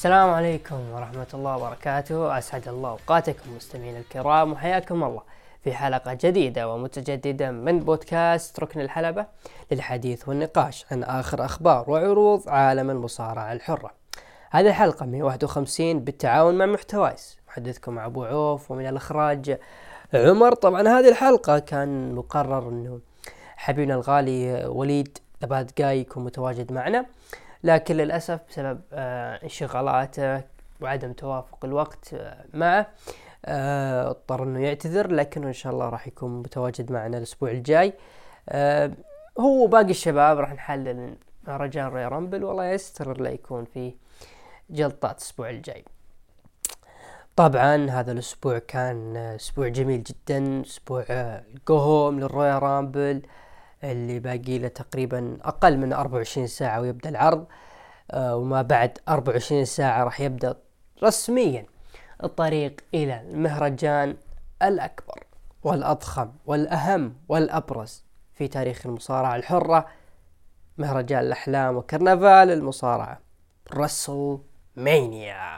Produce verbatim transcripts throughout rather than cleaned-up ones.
السلام عليكم ورحمة الله وبركاته. أسعد الله أوقاتكم مستمعين الكرام، وحياكم الله في حلقة جديدة ومتجددة من بودكاست ركن الحلبة للحديث والنقاش عن آخر أخبار وعروض عالم المصارعة الحرة. هذه الحلقة مئة وواحد وخمسين بالتعاون مع محتوايز، محدثكم أبو عوف، ومن الإخراج عمر. طبعا هذه الحلقة كان مقرر أنه حبيبنا الغالي وليد دبادقاي يكون متواجد معنا، لكن للأسف بسبب آه انشغالاته وعدم توافق الوقت آه معه آه اضطر انه يعتذر، لكنه ان شاء الله راح يكون متواجد معنا الاسبوع الجاي. آه هو باقي الشباب راح نحلل مهرجان رويال رامبل، والله يستر لا يكون في جلطات الاسبوع الجاي. طبعا هذا الاسبوع كان اسبوع جميل جدا، اسبوع القهوم للرويال رامبل اللي باقي له تقريبا أقل من أربعة وعشرين ساعة ويبدأ العرض، آه وما بعد أربعة وعشرين ساعة راح يبدأ رسميا الطريق إلى المهرجان الأكبر والأضخم والأهم والأبرز في تاريخ المصارعة الحرة، مهرجان الأحلام وكرنفال المصارعة رسل مانيا.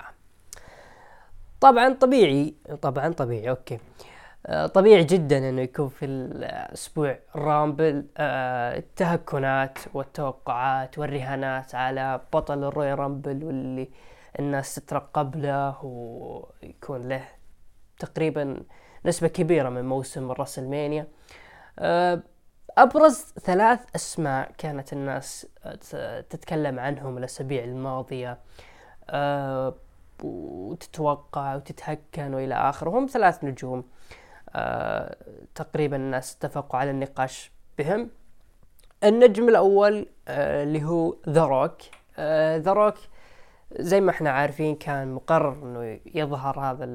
طبعا طبيعي طبعا طبيعي أوكي طبيعي جدا انه يكون في الاسبوع الرامبل آه التهكنات والتوقعات والرهانات على بطل الرويال رامبل واللي الناس تترقب له ويكون له تقريبا نسبة كبيرة من موسم الرسل مانيا. آه ابرز ثلاث اسماء كانت الناس تتكلم عنهم الاسابيع الماضية آه وتتوقع وتتهكن والى اخره، هم ثلاث نجوم آه، تقريبا الناس اتفقوا على النقاش بهم. النجم الأول آه، اللي هو ذا روك. آه، ذا روك زي ما احنا عارفين كان مقرر انه يظهر هذا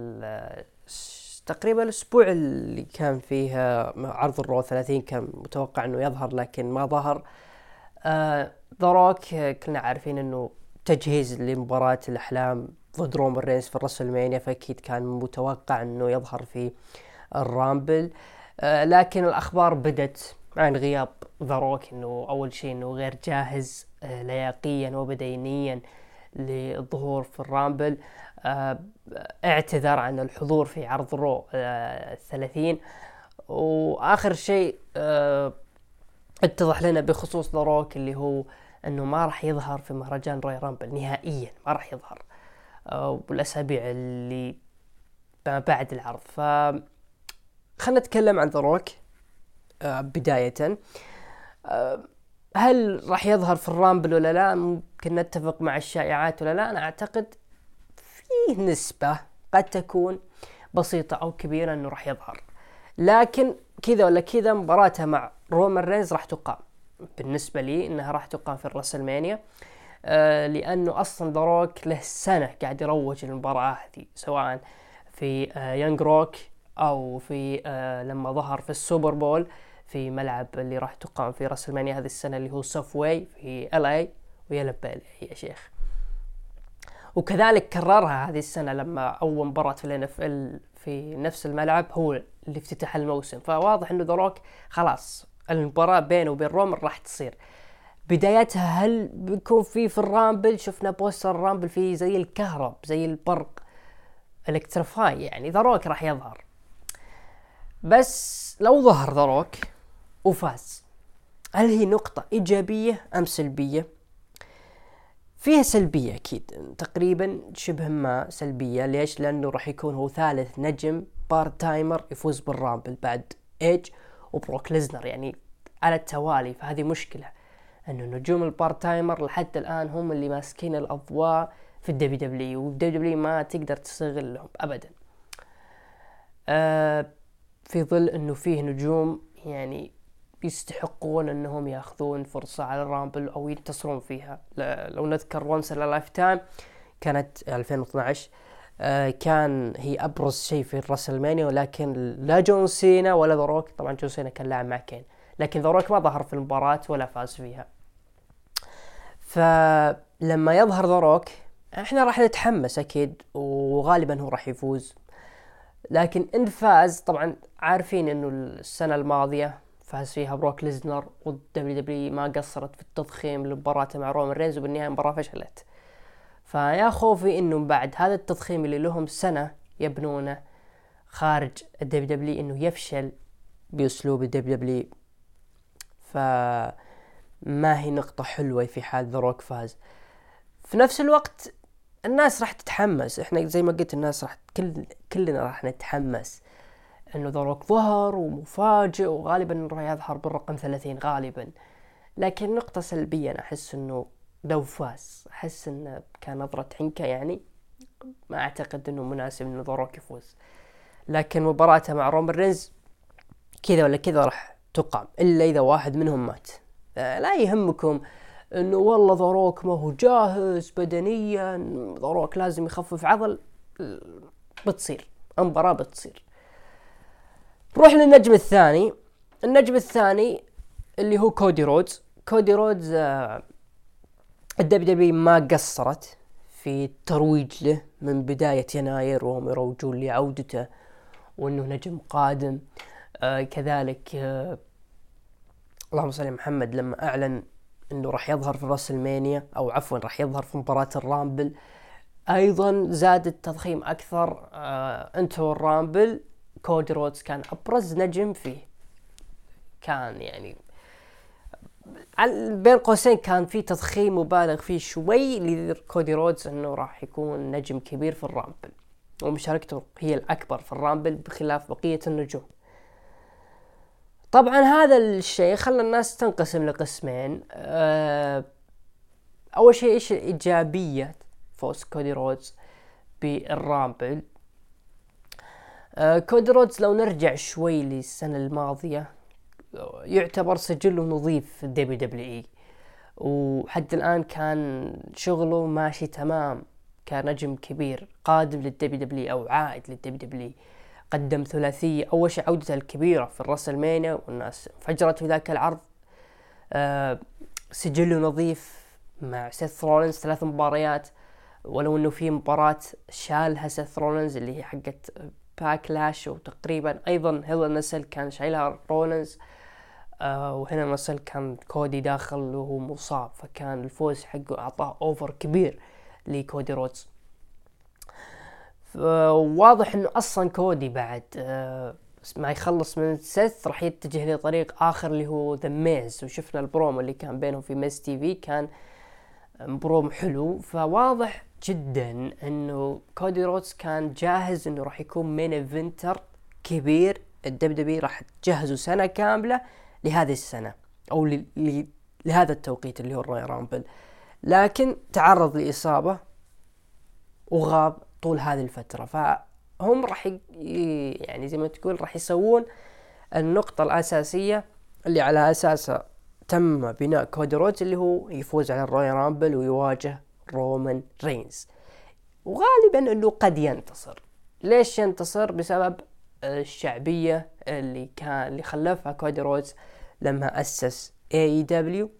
تقريبا الاسبوع اللي كان فيه عرض الرو ثلاثين، كان متوقع انه يظهر لكن ما ظهر. ذا آه، روك كنا عارفين انه تجهيز لمباراة الأحلام ضد رومان رينز في الرسلمانيا، فأكيد كان متوقع انه يظهر في الرامبل. آه لكن الأخبار بدت عن غياب ذا روك انه اول شيء انه غير جاهز آه لياقيا وبدنيا للظهور في الرامبل. آه اعتذر عن الحضور في عرض رو آه الثلاثين. واخر شيء آه اتضح لنا بخصوص ذا روك اللي هو انه ما راح يظهر في مهرجان رويال رامبل نهائيا، ما راح يظهر آه بالاسابيع اللي بعد العرض. ف خلنا نتكلم عن ذا روك آه بداية. آه هل راح يظهر في الرامبل ولا لا؟ ممكن نتفق مع الشائعات ولا لا؟ أنا أعتقد فيه نسبة قد تكون بسيطة أو كبيرة أنه راح يظهر، لكن كذا ولا كذا مباراتها مع رومان رينز راح تقام. بالنسبة لي إنها راح تقام في الرسلمانيا، آه لأنه أصلا ذا روك له سنة قاعد يروج المباراة هذه، سواء في آه يانج روك أو في آه لما ظهر في السوبر بول في ملعب اللي راح تقام في رسلمانيا هذه السنة اللي هو سافواي في ال اي، ويا لبالي يا شيخ. وكذلك كررها هذه السنة لما أول مباراة في الان اف ال في نفس الملعب هو اللي افتتح الموسم. فواضح إنه ذا روك خلاص المباراة بينه وبين رومان راح تصير. بدايتها هل بيكون في في الرامبل؟ شفنا بوستر الرامبل فيه زي الكهرب زي البرق الكترفاي، يعني ذا روك راح يظهر. بس لو ظهر ذا روك وفاز، هل هي نقطة إيجابية أم سلبية؟ فيها سلبية أكيد، تقريبا شبه ما سلبية. ليش؟ لأنه راح يكون هو ثالث نجم بارت تايمر يفوز بالرامبل بعد إيج وبروك ليزنر، يعني على التوالي. فهذه مشكلة أنه نجوم البارت تايمر لحد الآن هم اللي ماسكين الأضواء في الدبليو دبليو، والدبليو دبليو ما تقدر تستغلهم أبدا. أه في ظل أنه فيه نجوم يعني يستحقون أنهم يأخذون فرصة على الرامبل أو ينتصرون فيها. لو نذكر وانس إن لايف تايم كانت ألفين واثني عشر، آه كان هي أبرز شيء في الرسلمانيا، ولكن لا جون سينا ولا ذا روك. طبعا جون سينا كان لاعب مع كين، لكن ذا روك ما ظهر في المباراة ولا فاز فيها. فلما يظهر ذا روك احنا راح نتحمس أكيد، وغالبا هو راح يفوز. لكن إن فاز، طبعا عارفين إنه السنة الماضية فاز فيها بروك ليزنر، والدبليو دبليو ما قصرت في التضخيم لمباراته مع رومان رينز، وبالنهاية المباراة فشلت. فيا خوفي انه بعد هذا التضخيم اللي لهم سنة يبنونه خارج الدبليو دبليو انه يفشل باسلوب الدبليو دبليو. فما هي نقطة حلوة في حال ذا روك فاز. في نفس الوقت الناس راح تتحمس، احنا زي ما قلت الناس راح كل كلنا راح نتحمس انه ذا روك ظهر ومفاجئ وغالبا راح يظهر بالرقم ثلاثين غالبا. لكن نقطة سلبية انا احس انه لو فاز احس انه كان نظرة حنكة، يعني ما اعتقد انه مناسب انه ذا روك يفوز. لكن مباراته مع رومان رينز كذا ولا كذا راح تقام الا اذا واحد منهم مات. لا يهمكم انه والله ذا روك ما هو جاهز بدنيا، ذا روك لازم يخفف عضل، بتصير المباراة بتصير. نروح للنجم الثاني. النجم الثاني اللي هو كودي رودز. كودي رودز آه الدبليو دبليو ما قصرت في الترويج له من بداية يناير وهم يروجون لعودته وانه نجم قادم. آه كذلك آه اللهم صل على محمد لما اعلن انه راح يظهر في راس المانيا او عفوا راح يظهر في مباراة الرامبل ايضا زاد التضخيم اكثر. آه انتو الرامبل كودي رودز كان ابرز نجم فيه، كان يعني بين قوسين كان في تضخيم مبالغ فيه شوي لكودي رودز انه راح يكون نجم كبير في الرامبل ومشاركته هي الاكبر في الرامبل بخلاف بقية النجوم. طبعا هذا الشيء خلى الناس تنقسم لقسمين. أه اول شيء ايش الايجابية فوز كودي رودز بالرامبل. أه كودي رودز لو نرجع شوي للسنة الماضية يعتبر سجله نظيف في الدبليو دبليو اي، وحتى الان كان شغله ماشي تمام كنجم كبير قادم للدبليو دبليو او عائد للدبليو دبليو. قدم ثلاثية، أول شيء عودته الكبيرة في الراسلمانيا والناس فجرت في ذاك العرض. أه سجله نظيف مع سيث رولينز ثلاث مباريات، ولو انه في مباراة شالها سيث رولينز اللي هي حقت باكلاش، وتقريبا ايضا هيل نسل كان شايلها رولينز. أه وهنا نسل كان كودي داخل وهو مصاب، فكان الفوز حقه اعطاه اوفر كبير لكودي رودز. واضح انه اصلا كودي بعد آه ما يخلص من سيث راح يتجه لطريق اخر اللي هو ذا ميز، وشفنا البرومو اللي كان بينهم في ميز تي في كان بروم حلو. فواضح جدا انه كودي رودز كان جاهز انه راح يكون مين ايفنتر كبير. الدبليو دبليو راح تجهزوا سنة كاملة لهذه السنة او ل... ل... لهذا التوقيت اللي هو الرويال رامبل، لكن تعرض لإصابة وغاب طول هذه الفترة. فهم راح ي... يعني زي ما تقول راح يسوون النقطة الأساسية اللي على أساسها تم بناء كودي رودز، اللي هو يفوز على الرويال رامبل ويواجه رومان رينز، وغالبا انه قد ينتصر. ليش ينتصر؟ بسبب الشعبية اللي كان اللي خلفها كودي رودز لما أسس إيه إي دبليو،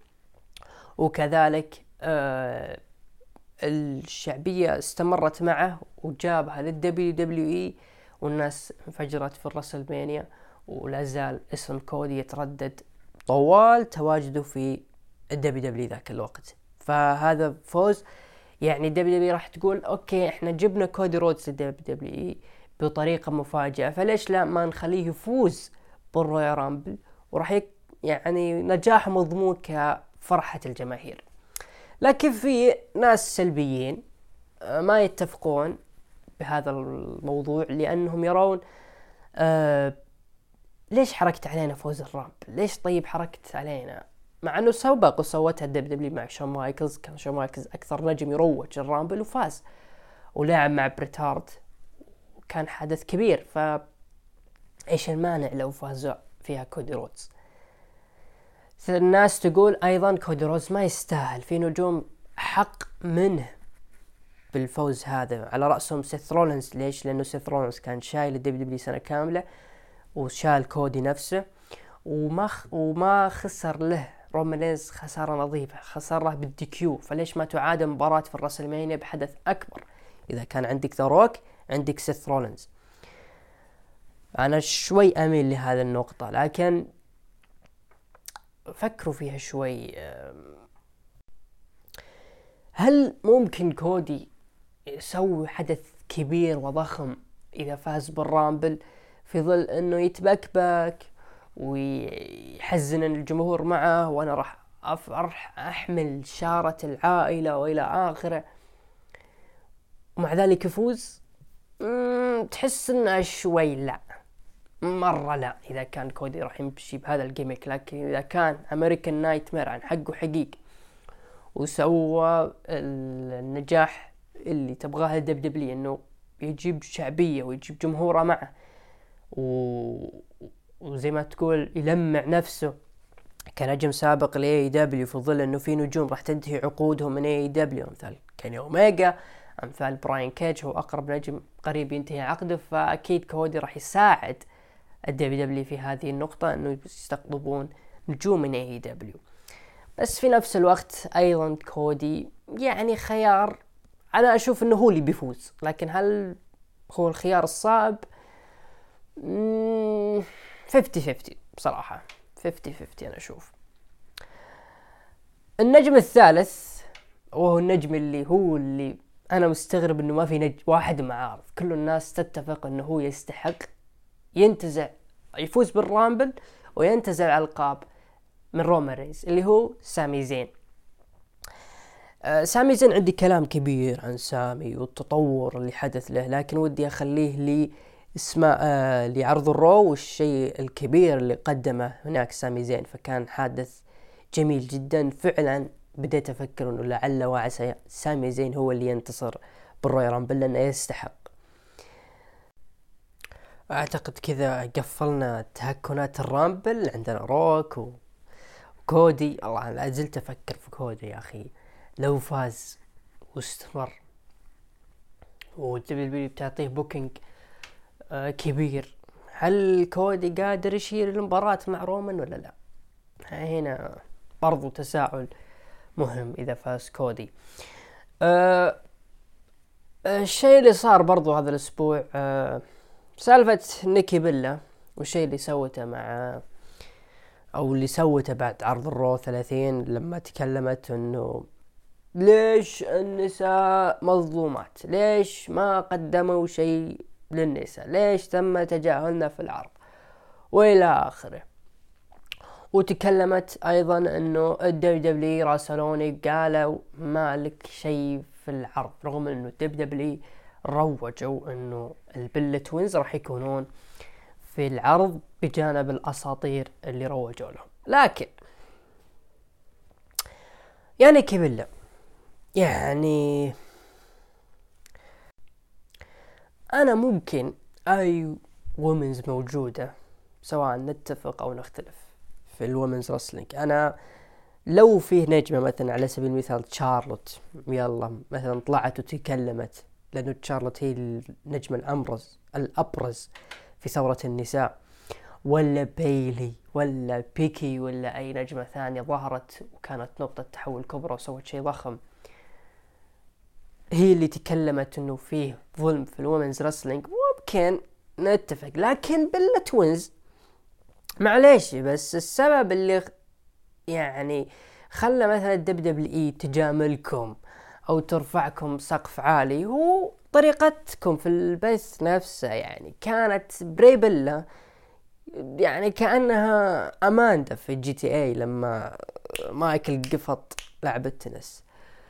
وكذلك آه الشعبية استمرت معه وجابها للدبليو دبليو إي، والناس انفجرت في الرسلمانيا، ولا زال اسم كودي يتردد طوال تواجده في الدبليو دبليو ذاك الوقت. فهذا فوز يعني الدبليو دبليو راح تقول اوكي احنا جبنا كودي رودز للدبليو دبليو اي بطريقة مفاجئة، فليش لا ما نخليه يفوز بالرويال رامبل، وراح يك يعني نجاح مضمون كفرحة الجماهير. لكن في ناس سلبيين ما يتفقون بهذا الموضوع، لأنهم يرون آه ليش حركت علينا فوز الرامبل؟ ليش طيب حركت علينا؟ مع انه سبق وسوتها الدبليو دبليو مع شون مايكلز، كان شون مايكلز اكثر نجم يروج الرامبل وفاز، ولعب مع بريت هارت وكان حدث كبير. ف ايش المانع لو فازوا فيها كودي رودز؟ الناس تقول ايضا كودي رودز ما يستاهل، في نجوم حق منه بالفوز هذا، على رأسهم سيث رولينز. ليش؟ لانه سيث رولينز كان شايل الدبليو دبليو سنة كاملة وشال كودي نفسه، وما خ... وما خسر له رومان رينز خسارة نظيفة، خسر له بالدي كيو. فليش ما تعاد مباراة في الرسلمانيا بحدث أكبر إذا كان عندك ذا روك عندك سيث رولينز؟ أنا شوي أميل لهذا النقطة، لكن فكروا فيها شوي. هل ممكن كودي يسوي حدث كبير وضخم إذا فاز بالرامبل في ظل أنه يتبكبك ويحزن الجمهور معه، وأنا راح راح أحمل شارة العائلة وإلى آخره، ومع ذلك يفوز؟ تحس إنه شوي لا، مرة لا. إذا كان كودي راح يمشي بهذا الجيميك، لكن إذا كان أمريكان نايتمير عن حقه حقيقي وسوى النجاح اللي تبغاه الدب دبليو، إنه يجيب شعبية ويجيب جمهوره معه و... وزي ما تقول يلمع نفسه كنجم سابق ل إيه إي دبليو، في ظل إنه في نجوم راح تنتهي عقودهم من إيه إي دبليو، مثل كيني أوميجا، أمثال براين كيج هو أقرب نجم قريب ينتهي عقده. فأكيد كودي راح يساعد الدبليو دبليو في هذه النقطة، إنه يستقطبون نجوم من إيه إي دبليو. بس في نفس الوقت أيضا كودي يعني خيار أنا أشوف إنه هو اللي بيفوز، لكن هل هو الخيار الصعب؟ فيفتي فيفتي بصراحة، فيفتي فيفتي أنا أشوف. النجم الثالث وهو النجم اللي هو اللي أنا مستغرب إنه ما في نجم واحد معارض، كل الناس تتفق إنه هو يستحق ينتزع يفوز بالرامبل وينتزع الألقاب من رومان رينز، اللي هو سامي زين. آه سامي زين عندي كلام كبير عن سامي والتطور اللي حدث له، لكن ودي أخليه لي اسماء آه لعرض الرو والشيء الكبير اللي قدمه هناك سامي زين، فكان حادث جميل جدا. فعلا بديت أفكر إنه لعل وعسى سامي زين هو اللي ينتصر بالرويال رامبل لأنه يستحق. أعتقد كذا قفلنا تهكنات الرامبل. عندنا روك وكودي. الله لا زلت أفكر في كودي يا أخي، لو فاز واستمر والدبليو بتعطيه بوكينج آه كبير، هل كودي قادر يشيل المباراة مع رومان ولا لا؟ هنا برضو تساؤل مهم إذا فاز كودي. آه الشيء اللي صار برضو هذا الأسبوع آه سالفة نيكي بيلا والشيء اللي سوته مع أو اللي سوته بعد عرض الرو ثلاثين، لما تكلمت إنه ليش النساء مظلومات، ليش ما قدموا شيء للنساء، ليش تم تجاهلنا في العرض وإلى آخره. وتكلمت أيضا إنه الدبليو دبليو راسلوني قالوا ما لك شيء في العرض، رغم إنه الدبليو دبليو روجوا إنه البيلا توينز راح يكونون في العرض بجانب الأساطير اللي روجوا لهم. لكن يعني كبيلا يعني أنا ممكن أي وومنز موجودة سواء نتفق أو نختلف في الوومنز رسلينج، أنا لو فيه نجمة مثلا على سبيل المثال تشارلوت، يلا مثلا طلعت وتكلمت، لأنه تشارلوت هي النجمة الأبرز الأبرز في ثورة النساء، ولا بيلي ولا بيكي ولا أي نجمة ثانية ظهرت وكانت نقطة تحول كبرى وسوت شيء ضخم، هي اللي تكلمت إنه فيه ظلم في الوومنز رسلينج، ممكن نتفق. لكن بيلا توينز معليش، بس السبب اللي يعني خلى مثلا الدبليو دبليو اي تجاملكم او ترفعكم سقف عالي هو طريقتكم في البث نفسه. يعني كانت بري بيلا يعني كأنها أماندا في جي تي اي لما مايكل قفط لعبة تنس،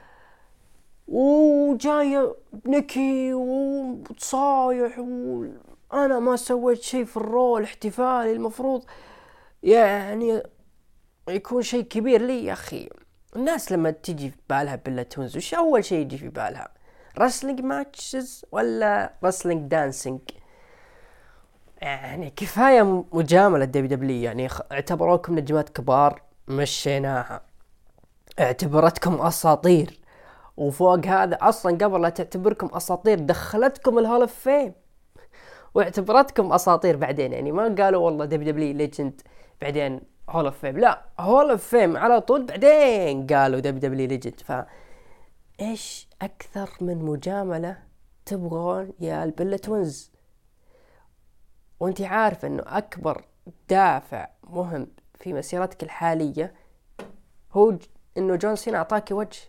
وجاية نيكي وتصايح وأنا ما سويت شيء في الرول احتفالي المفروض يعني يكون شيء كبير لي. يا أخي الناس لما تيجي في بالها بيلا توينز وش أول شيء يجي في بالها؟ رسلينج ماتشز ولا رسلينج دانسينج؟ يعني كفاية مجاملة دبليو دبليو، يعني اعتبروكم نجمات كبار مشيناها، اعتبرتكم أساطير، وفوق هذا أصلا قبل لا تعتبركم أساطير دخلتكم الهول اوف فيم واعتبرتكم أساطير بعدين. يعني ما قالوا والله دبليو دبليو ليجند بعدين هول اوف فيم، لا هول اوف فيم على طول بعدين قالوا دبليو دبليو ليجند. فايش اكثر من مجاملة تبغون يا البيلا توينز؟ وانت عارف انه اكبر دافع مهم في مسيرتك الحالية هو ج... انه جون سينا اعطاك وجه،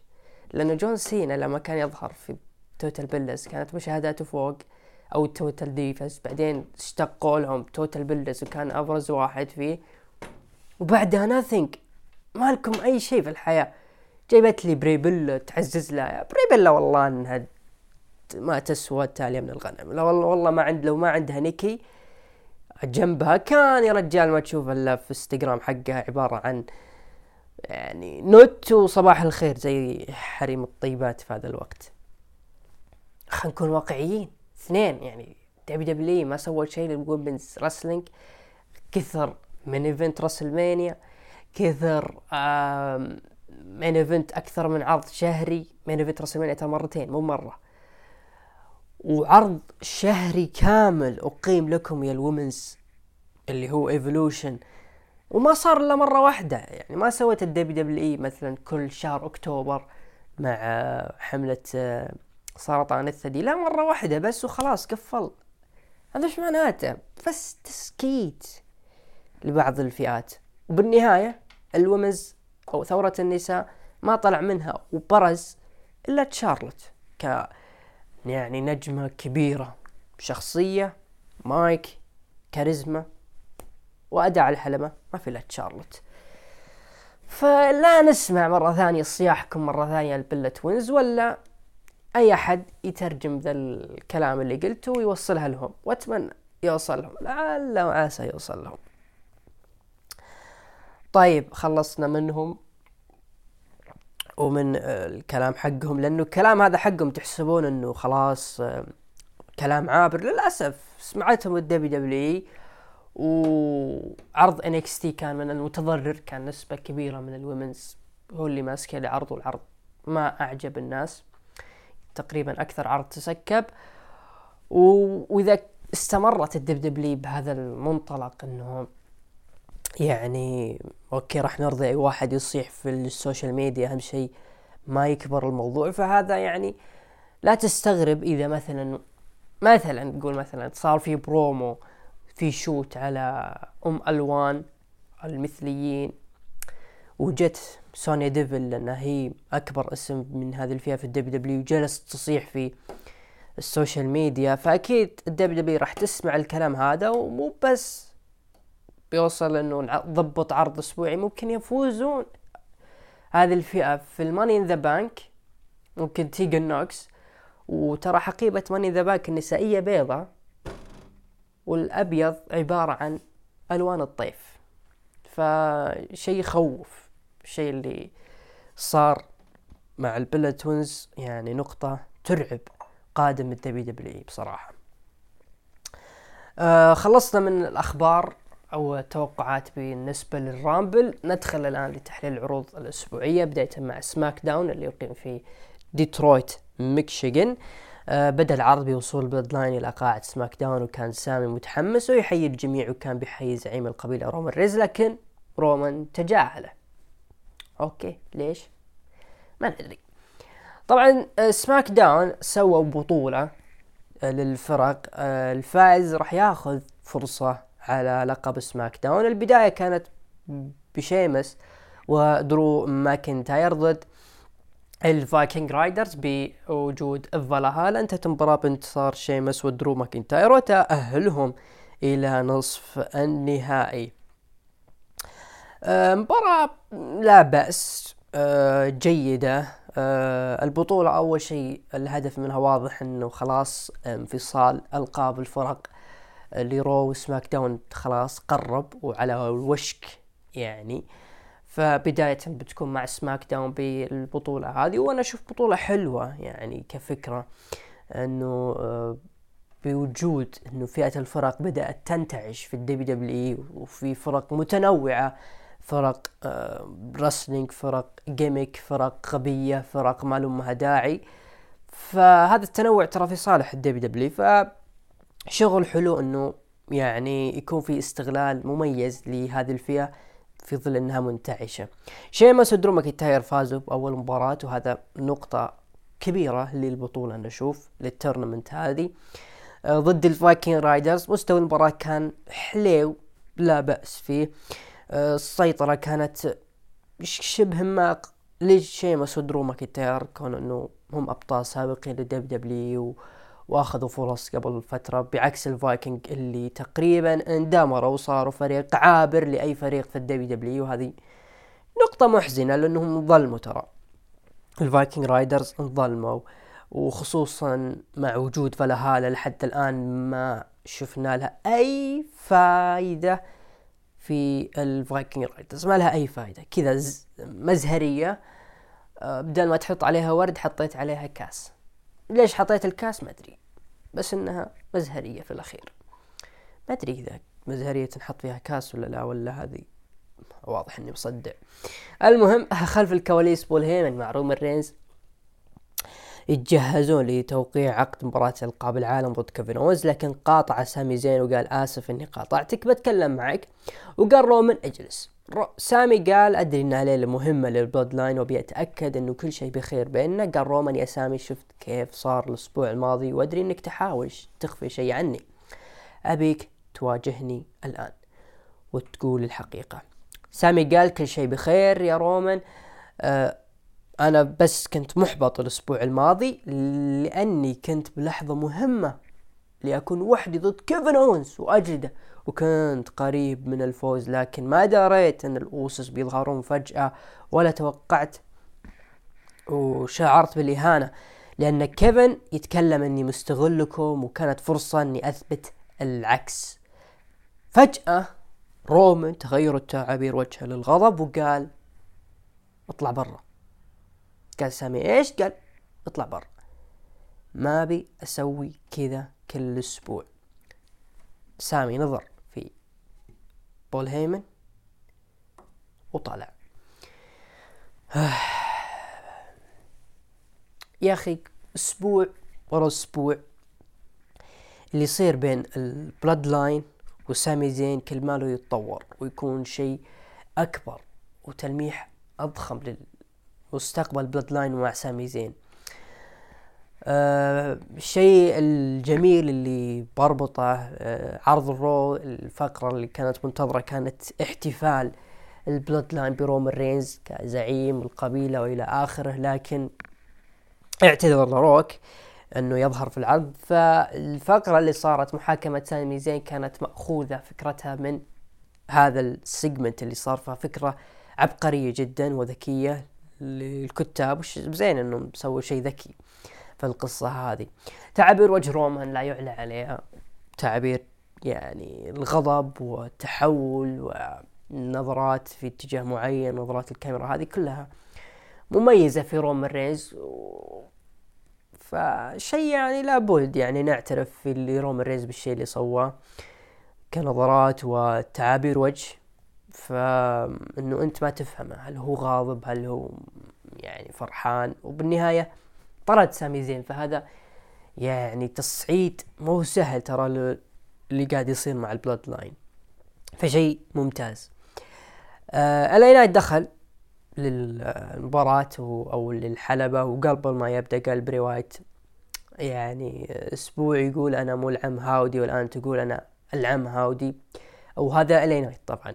لأنه جون سينا لما كان يظهر في توتال بيلدرز كانت مشاهداته فوق، أو توتال ديفاس، بعدين اشتقوا لهم توتال بيلدرز وكان أبرز واحد فيه، وبعدها ناثينج، ما لكم أي شيء في الحياة. جايبت لي بريبيلا تعزز لها، بريبيلا والله انها ما تسوى تالية من الغنم. لا والله والله ما عند، لو ما عندها نيكي جنبها كان يا رجال ما تشوف الا في انستغرام حقها عبارة عن يعني نوت وصباح الخير زي حريم الطيبات في هذا الوقت. خلينا نكون واقعيين، اثنين يعني دبليو دبليو ما سووا شيء للومنز رسلينج. كثر من ايفنت راسلمانيا، كثر مين ايفنت اكثر من عرض شهري. مين ايفنت راسلمانيا ترى مرتين مو مرة، وعرض شهري كامل أقيم لكم يا الومنز اللي هو ايفولوشن، وما صار إلا مرة واحدة. يعني ما سوت الدبليو دبليو اي مثلا كل شهر أكتوبر مع حملة سرطان الثدي، لا مرة واحدة بس وخلاص قفل. هذا ايش معناته؟ بس تسكيت لبعض الفئات. وبالنهاية الومنز أو ثورة النساء ما طلع منها وبرز إلا تشارلوت ك يعني نجمة كبيرة، شخصية، مايك، كاريزما، وأداء على الحلبة، ما في إلا تشارلوت. فلا نسمع مرة ثانية صياحكم مرة ثانية البيلا توينز، ولا أي أحد يترجم ذا الكلام اللي قلته ويوصلها لهم، وأتمنى يوصل لهم، لعل وعسى يوصل لهم. طيب خلصنا منهم ومن الكلام حقهم، لأنه الكلام هذا حقهم تحسبون أنه خلاص كلام عابر. للأسف سمعتهم الدبليو دبليو، وعرض إن إكس تي كان من المتضرر، كان نسبة كبيرة من الومنز هو اللي ماسك العرض، والعرض ما أعجب الناس، تقريبا أكثر عرض تسكب. وإذا استمرت الدبليو دبليو بهذا المنطلق أنه يعني أوكي راح نرضي أي واحد يصيح في السوشيال ميديا، أهم شيء ما يكبر الموضوع، فهذا يعني لا تستغرب إذا مثلا مثلا نقول مثلا صار في برومو في شوت على أم ألوان المثليين، وجت سونيا ديفل لأنها هي أكبر اسم من هذه الفئة في الدبليو دبليو جلست تصيح في السوشيال ميديا، فأكيد الدبليو دبليو راح تسمع الكلام هذا، ومو بس بيوصل انه ضبط عرض اسبوعي، ممكن يفوزون هذه الفئة في الماني ان ذا بانك، ممكن تيجن نوكس. وترى حقيبة ماني ان ذا بانك النسائية بيضة، والابيض عبارة عن الوان الطيف، فشيء يخوف. الشيء اللي صار مع البيلا توينز يعني نقطة ترعب قادم الدبليو دبليو بصراحة. آه خلصنا من الاخبار أو التوقعات بالنسبة للرامبل. ندخل الآن لتحليل العروض الأسبوعية، بداية مع سماك داون اللي يقيم في ديترويت ميشيغان. آه بدأ العرض بوصول بلاد لاين إلى قاعة سماك داون، وكان سامي متحمس ويحيي الجميع، وكان بيحيي زعيم القبيلة رومان ريز، لكن رومان تجاهله. أوكي ليش؟ ما ندري. طبعا آه سماك داون سووا بطولة آه للفرق، آه الفائز راح ياخذ فرصة على لقب سماك داون. البداية كانت بشيمس ودرو ماكنتاير ضد الفايكنج رايدرز بوجود فالاهالا. انتهت المباراة بانتصار شيمس ودرو ماكنتاير وتأهلهم إلى نصف النهائي. مباراة لا بأس، جيدة. البطولة أول شيء الهدف منها واضح أنه خلاص انفصال ألقاب الفرق لرو وسماك داون خلاص قرب وعلى الوشك يعني. فبداية بتكون مع سماك داون بالبطولة هذه، وأنا أشوف بطولة حلوة يعني كفكرة، أنه بوجود أنه فئة الفرق بدأت تنتعش في الدبليو دبليو، وفي فرق متنوعة، فرق رسلينج، فرق جيميك، فرق غبية، فرق ما لها داعي. فهذا التنوع ترى في صالح الدبليو دبليو، فشغل حلو أنه يعني يكون في استغلال مميز لهذه الفئة في ظل أنها منتعشة. شيمس ودرو ماكنتاير فازوا بأول مباراة، وهذا نقطة كبيرة للبطولة نشوف للتورنمنت هذه ضد الفايكنج رايدرز. مستوى المباراة كان حلو لا بأس فيه، السيطرة كانت شبه ما ليش شيمس ودرو ماكنتاير كون انه هم ابطال سابقين للدب دبليو واخذوا فرص قبل فترة، بعكس الفايكنج اللي تقريبا اندمروا وصاروا فريق عابر لأي فريق في الدبليو دبليو. وهذه نقطة محزنة لأنهم ظلموا، ترى الفايكنج رايدرز انظلموا، وخصوصا مع وجود فالهالا لحد الآن ما شفنا لها أي فايدة في الفايكنج رايدرز، ما لها أي فايدة، كذا مزهرية. بدل ما تحط عليها ورد حطيت عليها كاس. ليش حطيت الكاس ما أدري، بس إنها مزهرية في الأخير. ما أدري إذا مزهرية تنحط فيها كاس ولا لا، ولا هذه واضح إني مصدع. المهم خلف الكواليس بول هيمن مع رومان رينز يتجهزون لتوقيع عقد مباراة ألقاب العالم ضد كيفن أوينز، لكن قاطع سامي زين وقال آسف إني قاطعتك، بتكلم معك. وقال رومان اجلس. سامي قال أدري إنها ليلة مهمة للبلود لاين وبي أتأكد إنه كل شيء بخير بيننا. قال رومان يا سامي شفت كيف صار الأسبوع الماضي وأدري إنك تحاول تخفي شيء عني، أبيك تواجهني الآن وتقول الحقيقة. سامي قال كل شيء بخير يا رومان، أه أنا بس كنت محبط الأسبوع الماضي لأني كنت بلحظة مهمة لأكون وحدي ضد كيفن أوينز وأجلده، وكنت قريب من الفوز، لكن ما دريت أن الأوسس بيظهرون فجأة ولا توقعت وشعرت بالإهانة لأن كيفن يتكلم أني مستغلكم وكانت فرصة أني أثبت العكس. فجأة رومان تغير تعابير وجهه للغضب وقال اطلع برا. قال سامي ايش؟ قال اطلع برا، ما بي اسوي كذا كل اسبوع. سامي نظر في بول هيمن وطلع. يا اخي اسبوع ورا اسبوع اللي يصير بين البلاد لاين وسامي زين كل ماله يتطور ويكون شيء اكبر وتلميح اضخم للمستقبل بلاد لاين مع سامي زين. آه الشيء الجميل اللي بربطه آه عرض الرو، الفقرة اللي كانت منتظرة كانت احتفال البلاد لاين برومان رينز كزعيم القبيلة والى اخره، لكن اعتذر لروك انه يظهر في العرض. فالفقرة اللي صارت محاكمة سامي زين كانت مأخوذة فكرتها من هذا السيجمنت اللي صار، فيها فكرة عبقرية جدا وذكية للكتاب، وش زين انهم سووا شيء ذكي في القصة هذه. تعبير وجه رومان لا يعلى عليها، تعبير يعني الغضب والتحول والنظرات في اتجاه معين، نظرات الكاميرا هذه كلها مميزة في رومان رينز، فشيء يعني لابد يعني نعترف في اللي رومان رينز بالشيء اللي سواه كنظرات وتعابير وجه. فإنه أنت ما تفهمه، هل هو غاضب هل هو يعني فرحان، وبالنهاية طرد سامي زين. فهذا يعني تصعيد مو سهل ترى اللي قاعد يصير مع البلاد لاين، فشيء ممتاز. آه الاي نايت دخل للمباراة او للحلبة، وقبل ما يبدأ قال بري وايت يعني اسبوع يقول انا مو العم هاودي والان تقول انا العم هاودي، او هذا الاي نايت طبعا.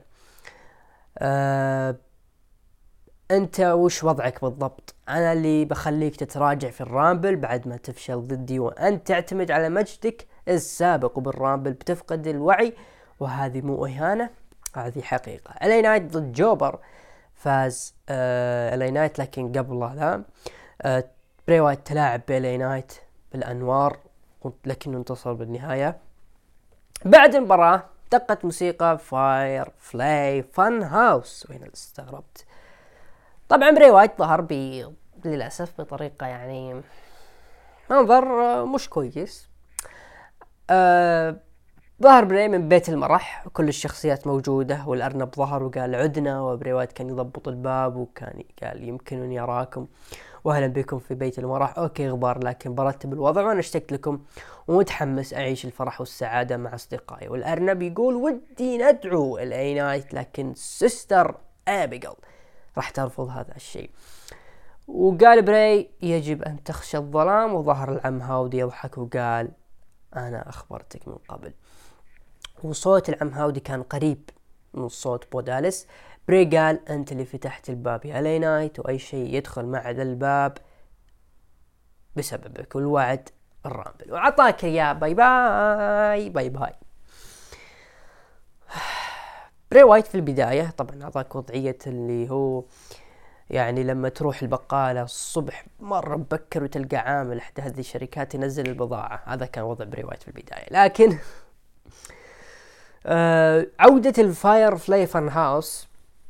آه انت وش وضعك بالضبط؟ انا اللي بخليك تتراجع في الرامبل بعد ما تفشل ضدي، وانت تعتمد على مجدك السابق، وبالرامبل بتفقد الوعي، وهذه مو اهانة، هذه حقيقة. الاي نايت ضد جوبر فاز آه الاي نايت، لكن قبل لا آه بري وايت تلاعب بالاي نايت بالانوار لكنه انتصر بالنهاية. بعد المباراة دقت موسيقى فاير فلاي فان هاوس، وهنا استغربت. طبعا بري وايت ظهر ب للأسف بطريقة يعني منظر مش كويس. أه ظهر بري من بيت المرح، كل الشخصيات موجودة، والأرنب ظهر وقال عدنا، وبري وايت كان يضبط الباب وكان قال يمكنني أراكم وأهلا بكم في بيت المرح. أوكي غبار، لكن برتب الوضع وأنا اشتقت لكم ومتحمس أعيش الفرح والسعادة مع أصدقائي. والأرنب يقول ودي ندعو الاي نايت لكن سيستر أبيجل راح ترفض هذا الشيء. وقال بري يجب أن تخشى الظلام، وظهر العم هاودي يضحك وقال أنا أخبرتك من قبل. وصوت العم هاودي كان قريب من صوت بوداليس، بري قال انت اللي فتحت الباب يا لي نايت، واي شيء يدخل مع ذا الباب بسببك، والوعد الرامبل، وعطاك يا باي باي باي باي. بري وايت في البداية طبعا اعطاك وضعية اللي هو يعني لما تروح البقالة الصبح مرة مبكر وتلقى عامل احدى هذه الشركات ينزل البضاعة، هذا كان وضع بري وايت في البداية. لكن آه عودة الفاير فلاي فان هاوس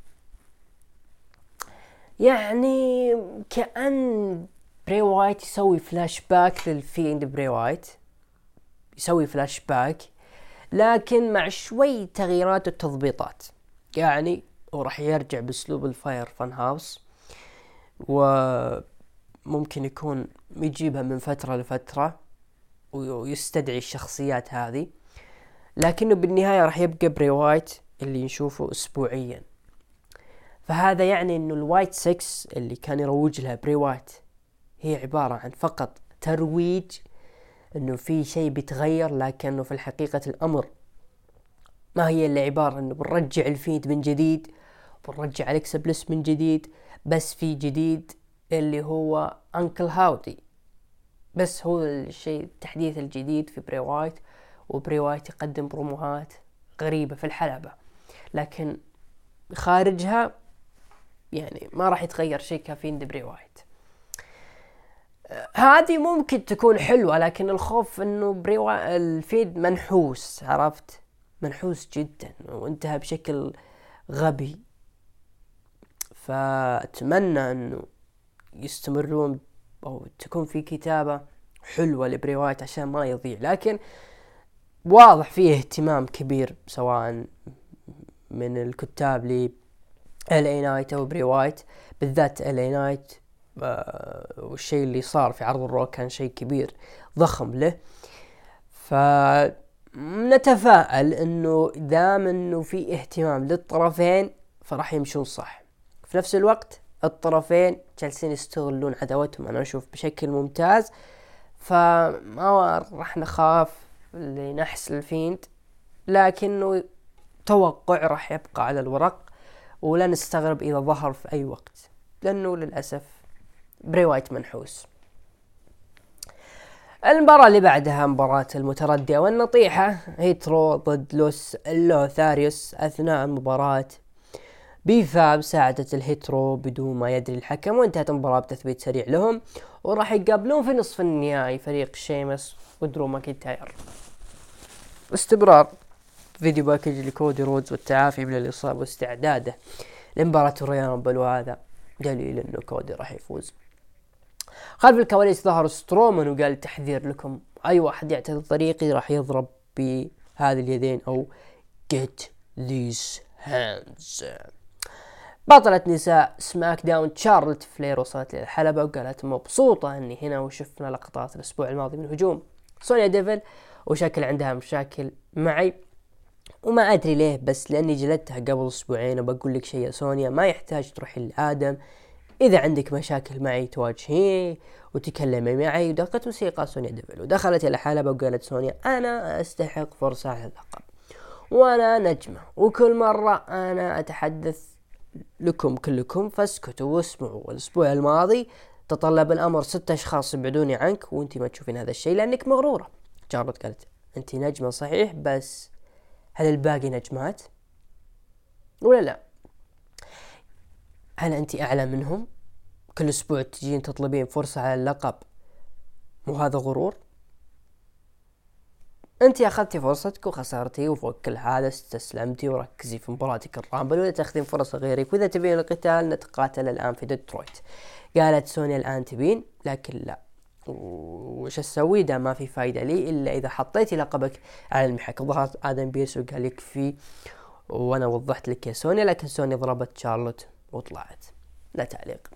يعني كأن بري وايت يسوي فلاش باك للفيند بري وايت، يسوي فلاش باك لكن مع شوي تغييرات وتضبيطات، يعني وراح يرجع باسلوب الفاير فان هاوس، وممكن يكون يجيبها من فترة لفترة ويستدعي الشخصيات هذه، لكنه بالنهاية راح يبقى بري وايت اللي نشوفه اسبوعيا. فهذا يعني انه الوايت سكس اللي كان يروج لها بري وايت هي عبارة عن فقط ترويج انه في شيء بيتغير، لكنه في الحقيقة الامر ما هي اللي عبارة انه بنرجع الفيد من جديد، بنرجع أليكسا بلس من جديد، بس في جديد اللي هو أنكل هاودي، بس هو الشيء التحديث الجديد في بري وايت. وبري وايت يقدم بروموهات غريبة في الحلبة، لكن خارجها يعني ما راح يتغير شيء كافين دي بري وايت. هذه ممكن تكون حلوة، لكن الخوف انه بري وايت الفيد منحوس، عرفت، منحوس جدا وانتهى بشكل غبي. فأتمنى انه يستمرون او تكون في كتابة حلوة لبري وايت عشان ما يضيع، لكن واضح فيه اهتمام كبير سواء من الكتاب ل إل إيه نايت او بري وايت، بالذات إل إيه نايت. آه والشيء اللي صار في عرض الرو كان شيء كبير ضخم له، فنتفائل انه دام انه في اهتمام للطرفين فراح يمشون صح. في نفس الوقت الطرفين جالسين يستغلون عداوتهم انا اشوف بشكل ممتاز، فما راح نخاف لنحس الفيند، لكنه توقع راح يبقى على الورق، ولا نستغرب اذا ظهر في اي وقت، لانه للاسف بري وايت منحوس. المباراة اللي بعدها مباراة المتردية والنطيحة، هيترو ضد لوس لوثاريوس. اثناء المباراة بيفاب ساعدت الهيترو بدون ما يدري الحكم، وانتهت المباراة بتثبيت سريع لهم، وراح يقابلون في نصف النهائي فريق شيمس ودرو ماكنتاير. استمرار فيديو باكج لكودي رودز والتعافي من الإصابة واستعداده لمباراة الرويال رامبل، وهذا دليل انه كودي راح يفوز. خلف الكواليس ظهر سترومان وقال تحذير لكم، اي واحد يعترض طريقي راح يضرب بهذه اليدين او get these hands. بطلة نساء سماك داون شارلوت فلير وصلت للحلبة وقالت مبسوطة اني هنا، وشفنا لقطات الاسبوع الماضي من هجوم سونيا ديفل، وشكل عندها مشاكل معي وما ادري ليه، بس لاني جلدتها قبل اسبوعين. وبقول لك شيء يا سونيا، ما يحتاج تروحي لآدم، اذا عندك مشاكل معي تواجهيه وتكلمي معي. ودقت موسيقى سونيا ديفل ودخلت الى الحلبة وقالت سونيا انا استحق فرصة على اللقب، وانا نجمة، وكل مرة انا اتحدث لكم كلكم فاسكتوا واسمعوا. والاسبوع الماضي تطلب الامر ست اشخاص يبعدوني عنك وانتي ما تشوفين هذا الشيء لانك مغرورة. شارلوت قالت انتي نجمة صحيح، بس هل الباقي نجمات ولا لا؟ هل انتي اعلى منهم؟ كل اسبوع تجين تطلبين فرصة على اللقب، مو هذا غرور؟ انتي اخذتي فرصتك وخسرتي، وفوق كل هذا استسلمتي وركزي في مباراتك الرامبل ولا تاخذين فرصة غيرك، واذا تبين القتال نتقاتل الان في ديترويت. قالت سونيا الان تبين، لكن لا، وش اسوي دا ما في فايدة لي الا اذا حطيتي لقبك على المحك. ظهرت ادم بيرس وقال يكفي وانا وضحت لك يا سونيا، لكن سونيا ضربت شارلوت وطلعت. لا تعليق.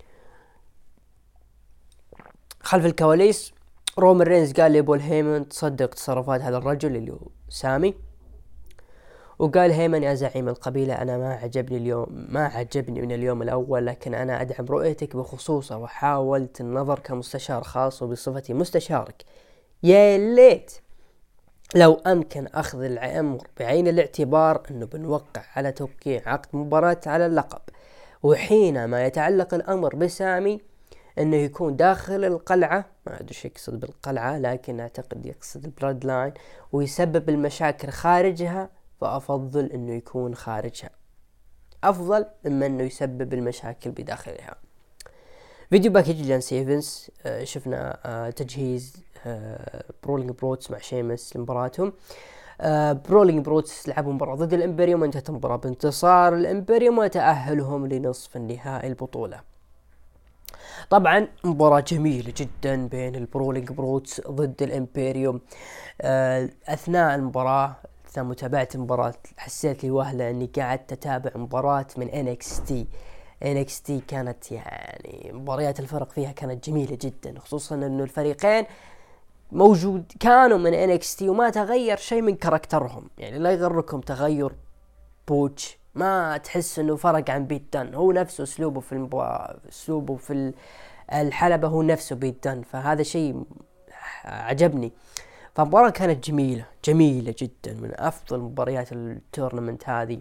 خلف الكواليس رومان رينز قال لبول هيمن تصدق تصرفات هذا الرجل اللي هو سامي، وقال هيمن يا زعيم القبيلة انا ما عجبني اليوم ما عجبني من اليوم الاول، لكن انا ادعم رؤيتك بخصوصه، وحاولت النظر كمستشار خاص وبصفتي مستشارك. يا ليت لو أمكن أخذ الأمر بعين الاعتبار أنه بنوقع على توقيع عقد مباراة على اللقب، وحينما يتعلق الأمر بسامي أنه يكون داخل القلعة، ما أدري شو يقصد بالقلعة لكن أعتقد يقصد البلاد لاين، ويسبب المشاكل خارجها، فأفضل أنه يكون خارجها أفضل مما أنه يسبب المشاكل بداخلها. فيديو باكيج جان سيفنس، آه شفنا آه تجهيز آه برولينج بروتس مع شيمس لمباراتهم. آه برولينج بروتس لعبوا مباراة ضد الامبريوم، وانتهت المباراة بانتصار الامبريوم وتأهلهم لنصف النهائي البطولة. طبعا مباراة جميلة جدا بين البرولينج بروتس ضد الامبريوم. آه اثناء المباراة، اثناء متابعة المباراة، حسيت لي وهلة اني قاعد اتابع مباراة من إن إكس تي. إن إكس تي كانت يعني مباريات الفرق فيها كانت جميلة جدا، خصوصا انه الفريقين موجود كانوا من إن إكس تي وما تغير شيء من كاركترهم. يعني لا يغركم تغير بوتش، ما تحس انه فرق عن بيت دان، هو نفسه اسلوبه في المباراة، اسلوبه في الحلبة هو نفسه بيت دان، فهذا شيء عجبني. فمباراة كانت جميلة جميلة جدا، من افضل مباريات التورنمنت هذه.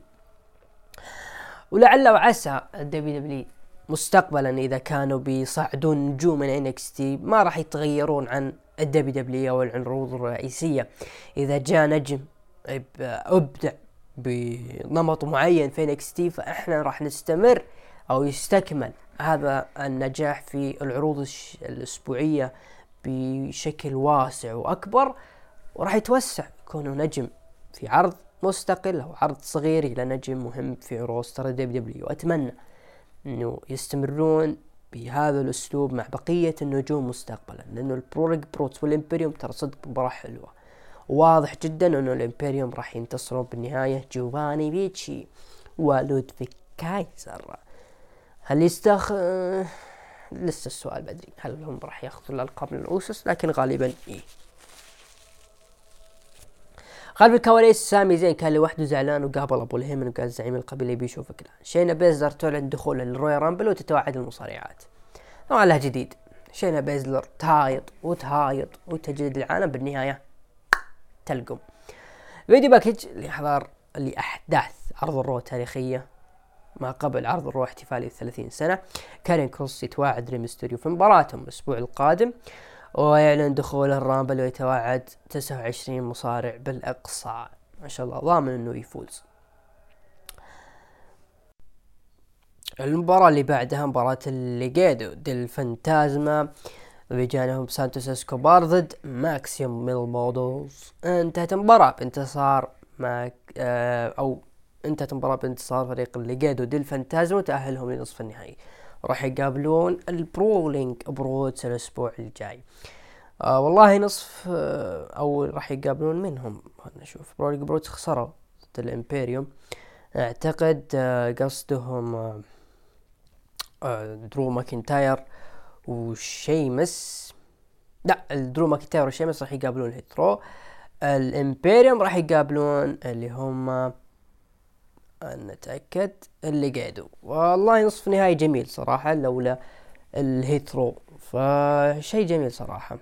ولعل وعسى الدبليو دبليو مستقبلا اذا كانوا بيصعدون نجوم من إن إكس تي ما راح يتغيرون عن الدبليو دبليو او العروض الرئيسية. اذا جاء نجم ابدع بنمط معين في إن إكس تي، فاحنا راح نستمر او يستكمل هذا النجاح في العروض الاسبوعية بشكل واسع واكبر، وراح يتوسع كونه نجم في عرض مستقل او عرض صغير الى نجم مهم في روستر الدبليو دبليو. واتمنى انه يستمرون بهذا الاسلوب مع بقية النجوم مستقبلا، لانه البرولينج بروتس والامبريوم ترى صدق مباراة حلوة، واضح جدا انه الامبريوم راح ينتصرون بالنهاية، جوفاني بيتشي ولودفيك كايزر. هل يستخ لسه السؤال بدري، هل هم راح ياخذوا الالقاب من الاوسس؟ لكن غالبا ايه. خلف الكواليس سامي زين كان لوحده زعلان وقابل ابو الهيمن وقال زعيم القبيله يبي يشوفك الان. شينا بيزلر تعلن دخوله للرويال رامبل وتتوعد المصارعات. طبعا لها جديد، شينا بيزلر تهايط وتهايط وتجديد العالم، بالنهايه تلقم. فيديو باكج لإحضار لأحداث عرض الرو التاريخية ما قبل عرض الرو احتفالي الثلاثين سنة. كارين كروس يتواعد ريمستيريو في مباراتهم الأسبوع القادم، ويعلن دخول الرامبل ويتواعد تسعة وعشرين مصارع بالإقصاء. ما شاء الله ضامن انه يفوز. المباراة اللي بعدها مباراة الليجيدو ديل فانتازما بجانبهم سانتوس اسكوبار ضد ماكسيم ميل مودلز. انتهت المباراة بانتصار ماك آه او انتهت المباراة بانتصار فريق الليجيدو ديل فانتازما وتأهلهم لنصف النهائي. راح يقابلون البرولينج بروتس الاسبوع الجاي. آه والله نصف آه او راح يقابلون منهم، نشوف. برولينج بروتس خسروا ضد الامبيريوم، اعتقد آه قصدهم آه آه درو ماكنتاير وشيمس. لا، الدرو ماكنتاير وشيمس راح يقابلون هيترو. الامبيريوم راح يقابلون اللي هم نتأكد اللي قادوا. والله نصف نهائي جميل صراحة لولا الهيترو، فشي جميل صراحة.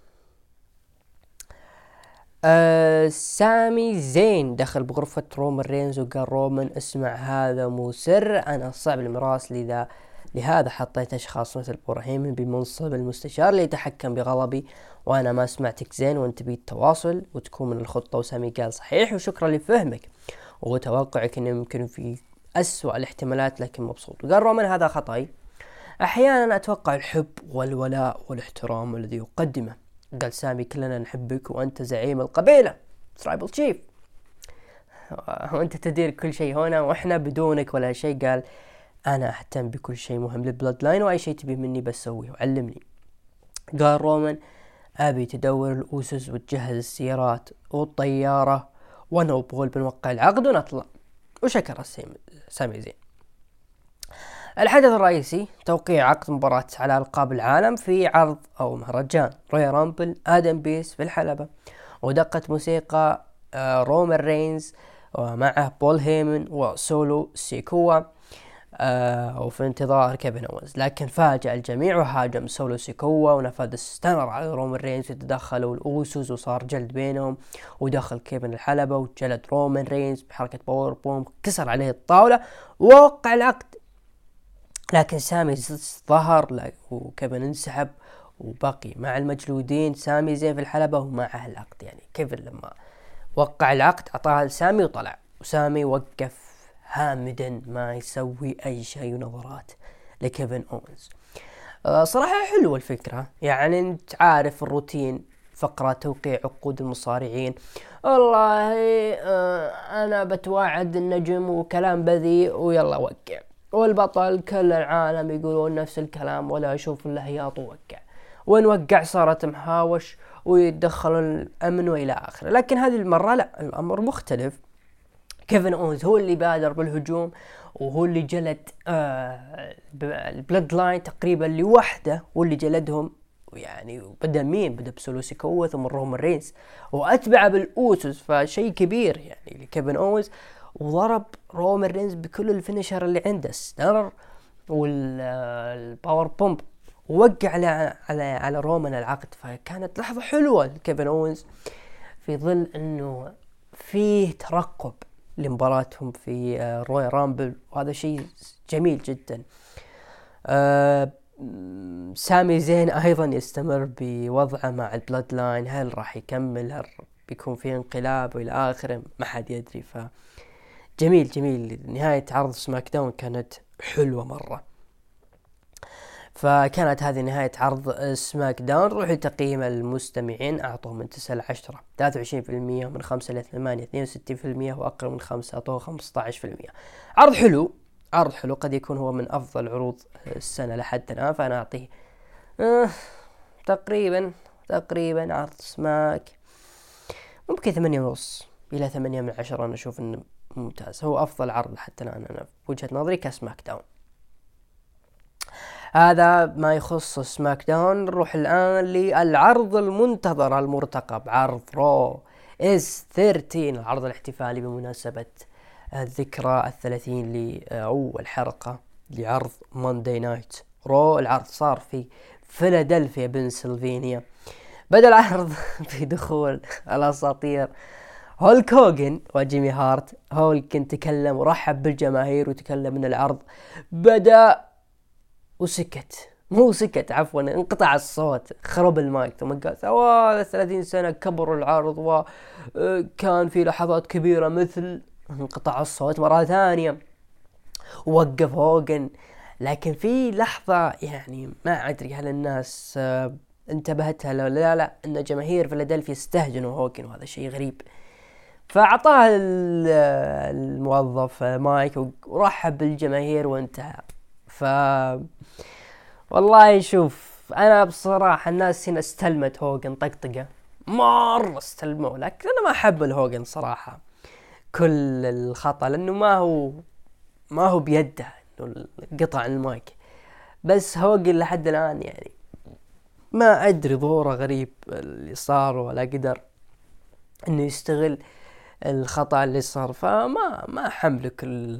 أه سامي زين دخل بغرفة رومان رينز وقال رومان اسمع هذا مو سر، انا صعب المراس، لذا لهذا حطيت اشخاص مثل ابراهيم بمنصب المستشار اللي يتحكم بغضبي، وانا ما سمعتك زين وانت بي التواصل وتكون من الخطة. وسامي قال صحيح وشكرا لفهمك وتوقعك انه يمكن في اسوأ الاحتمالات لكن مبسوط. وقال رومان هذا خطأي، احيانا اتوقع الحب والولاء والاحترام الذي يقدمه. قال سامي كلنا نحبك وانت زعيم القبيلة ترايبل تشيف، وانت تدير كل شيء هنا واحنا بدونك ولا شيء. قال انا اهتم بكل شيء مهم للبلاد لاين واي شيء تبيه مني بسويه وعلمني. قال رومان ابي تدور الاوسس وتجهز السيارات والطيارة وانا وبول بنوقع العقد ونطلع. وشكر سامي زين. الحدث الرئيسي توقيع عقد مباراة على ألقاب العالم في عرض أو مهرجان رويال رامبل آدم بيس في الحلبة، ودقت موسيقى رومان رينز ومعه بول هيمن وسولو سيكوا. آه وفي انتظار كيفن أوينز، لكن فاجأ الجميع وهاجم سولو سيكوا ونفذ ستانر على رومان رينز، وتدخلوا الأوسوس وصار جلد بينهم، ودخل كيفن الحلبة وجلد رومان رينز بحركة باور بوم، كسر عليه الطاولة ووقع العقد. لكن سامي ظهر وكيفن انسحب وبقي مع المجلودين. سامي زين في الحلبة ومعه العقد، يعني كيفن لما وقع العقد أعطاها لسامي وطلع، وسامي وقف هامدا ما يسوي أي شيء، ونظرات لكيفن أوينز. أه صراحة حلوة الفكرة، يعني انت عارف الروتين، فقرة توقيع عقود المصارعين، والله أه أنا بتوعد النجم وكلام بذيء ويلا وقع، والبطل كل العالم يقولون نفس الكلام ولا يشوف الهياط ووقع، وين وقع صارت مهاوش ويتدخل الأمن وإلى آخره. لكن هذه المرة لا، الأمر مختلف. كيفن أوينز هو اللي بادر بالهجوم، وهو اللي جلد آه البلاد لاين تقريبا لوحده، واللي جلدهم، يعني بدأ مين؟ بدأ بسولو سيكوا ثم رومان رينز، وأتبع بالأوسوس، فشيء كبير يعني لكيفن أوينز. وضرب رومان رينز بكل الفينيشر اللي عنده، ستانر والباور بومب، ووقع على على على رومان العقد. فكانت لحظة حلوة لكيفن أوينز في ظل انه فيه ترقب لمباراتهم في روي رامبل، وهذا شيء جميل جدا. أه سامي زين ايضا يستمر بوضعه مع البلاد لاين، هل راح يكمل؟ هل بيكون في انقلاب والى اخره؟ ما حد يدري. ف جميل جميل. نهاية عرض سماك داون كانت حلوة مرة. فكانت هذه نهاية عرض سماك داون. روح لتقييم المستمعين، أعطوه من تسعة لعشرة، ثلاثة وعشرين بالمية، من خمسة لثمانية اثنين وستين بالمية، وأقل من خمسة أعطوه خمسة عشر بالمية. عرض حلو، عرض حلو، قد يكون هو من أفضل عروض السنة لحد الآن. فأنا أعطيه آه تقريبا تقريبا عرض سماك ممكن ثمانية ونص إلى ثمانية من عشرة. أنا أشوف إنه ممتاز، هو أفضل عرض حتى الآن أنا بوجهة نظري كسماك داون. هذا ما يخص سماك داون. نروح الآن للعرض المنتظر المرتقب، عرض رو إس ثلاثة عشر، العرض الاحتفالي بمناسبة الذكرى الثلاثين لأول حلقة لعرض ماندي نايت رو. العرض صار في فيلادلفيا بنسلفانيا. بدأ العرض بدخول الأساطير هولك هوجن وجيمي هارت. هولك تكلم ورحب بالجماهير وتكلم من العرض، بدأ وسكت، مو سكت عفوا، انقطع الصوت، خرب المايك، ثم قال اوه ثلاثين سنة كبروا العرض وكان في لحظات كبيرة مثل، انقطع الصوت مرة ثانية، ووقف هوجن. لكن في لحظة يعني ما أدري هل الناس انتبهتها لا لا لا ان جماهير فيلادلفيا استهجنوا هوجن، وهذا شيء غريب. فأعطاه الموظف مايك ورحب بالجماهير وانتهى. ف والله شوف، انا بصراحة الناس هنا استلمت هوجن طقطقة مرة، استلموه، لكن انا ما احب الهوجن صراحة كل الخطأ، لانه ما هو ما هو بيده انه قطع المايك. بس هوجن لحد الان يعني ما ادري ظهوره غريب اللي صار، ولا قدر انه يستغل الخطأ اللي صار. فما ما حملك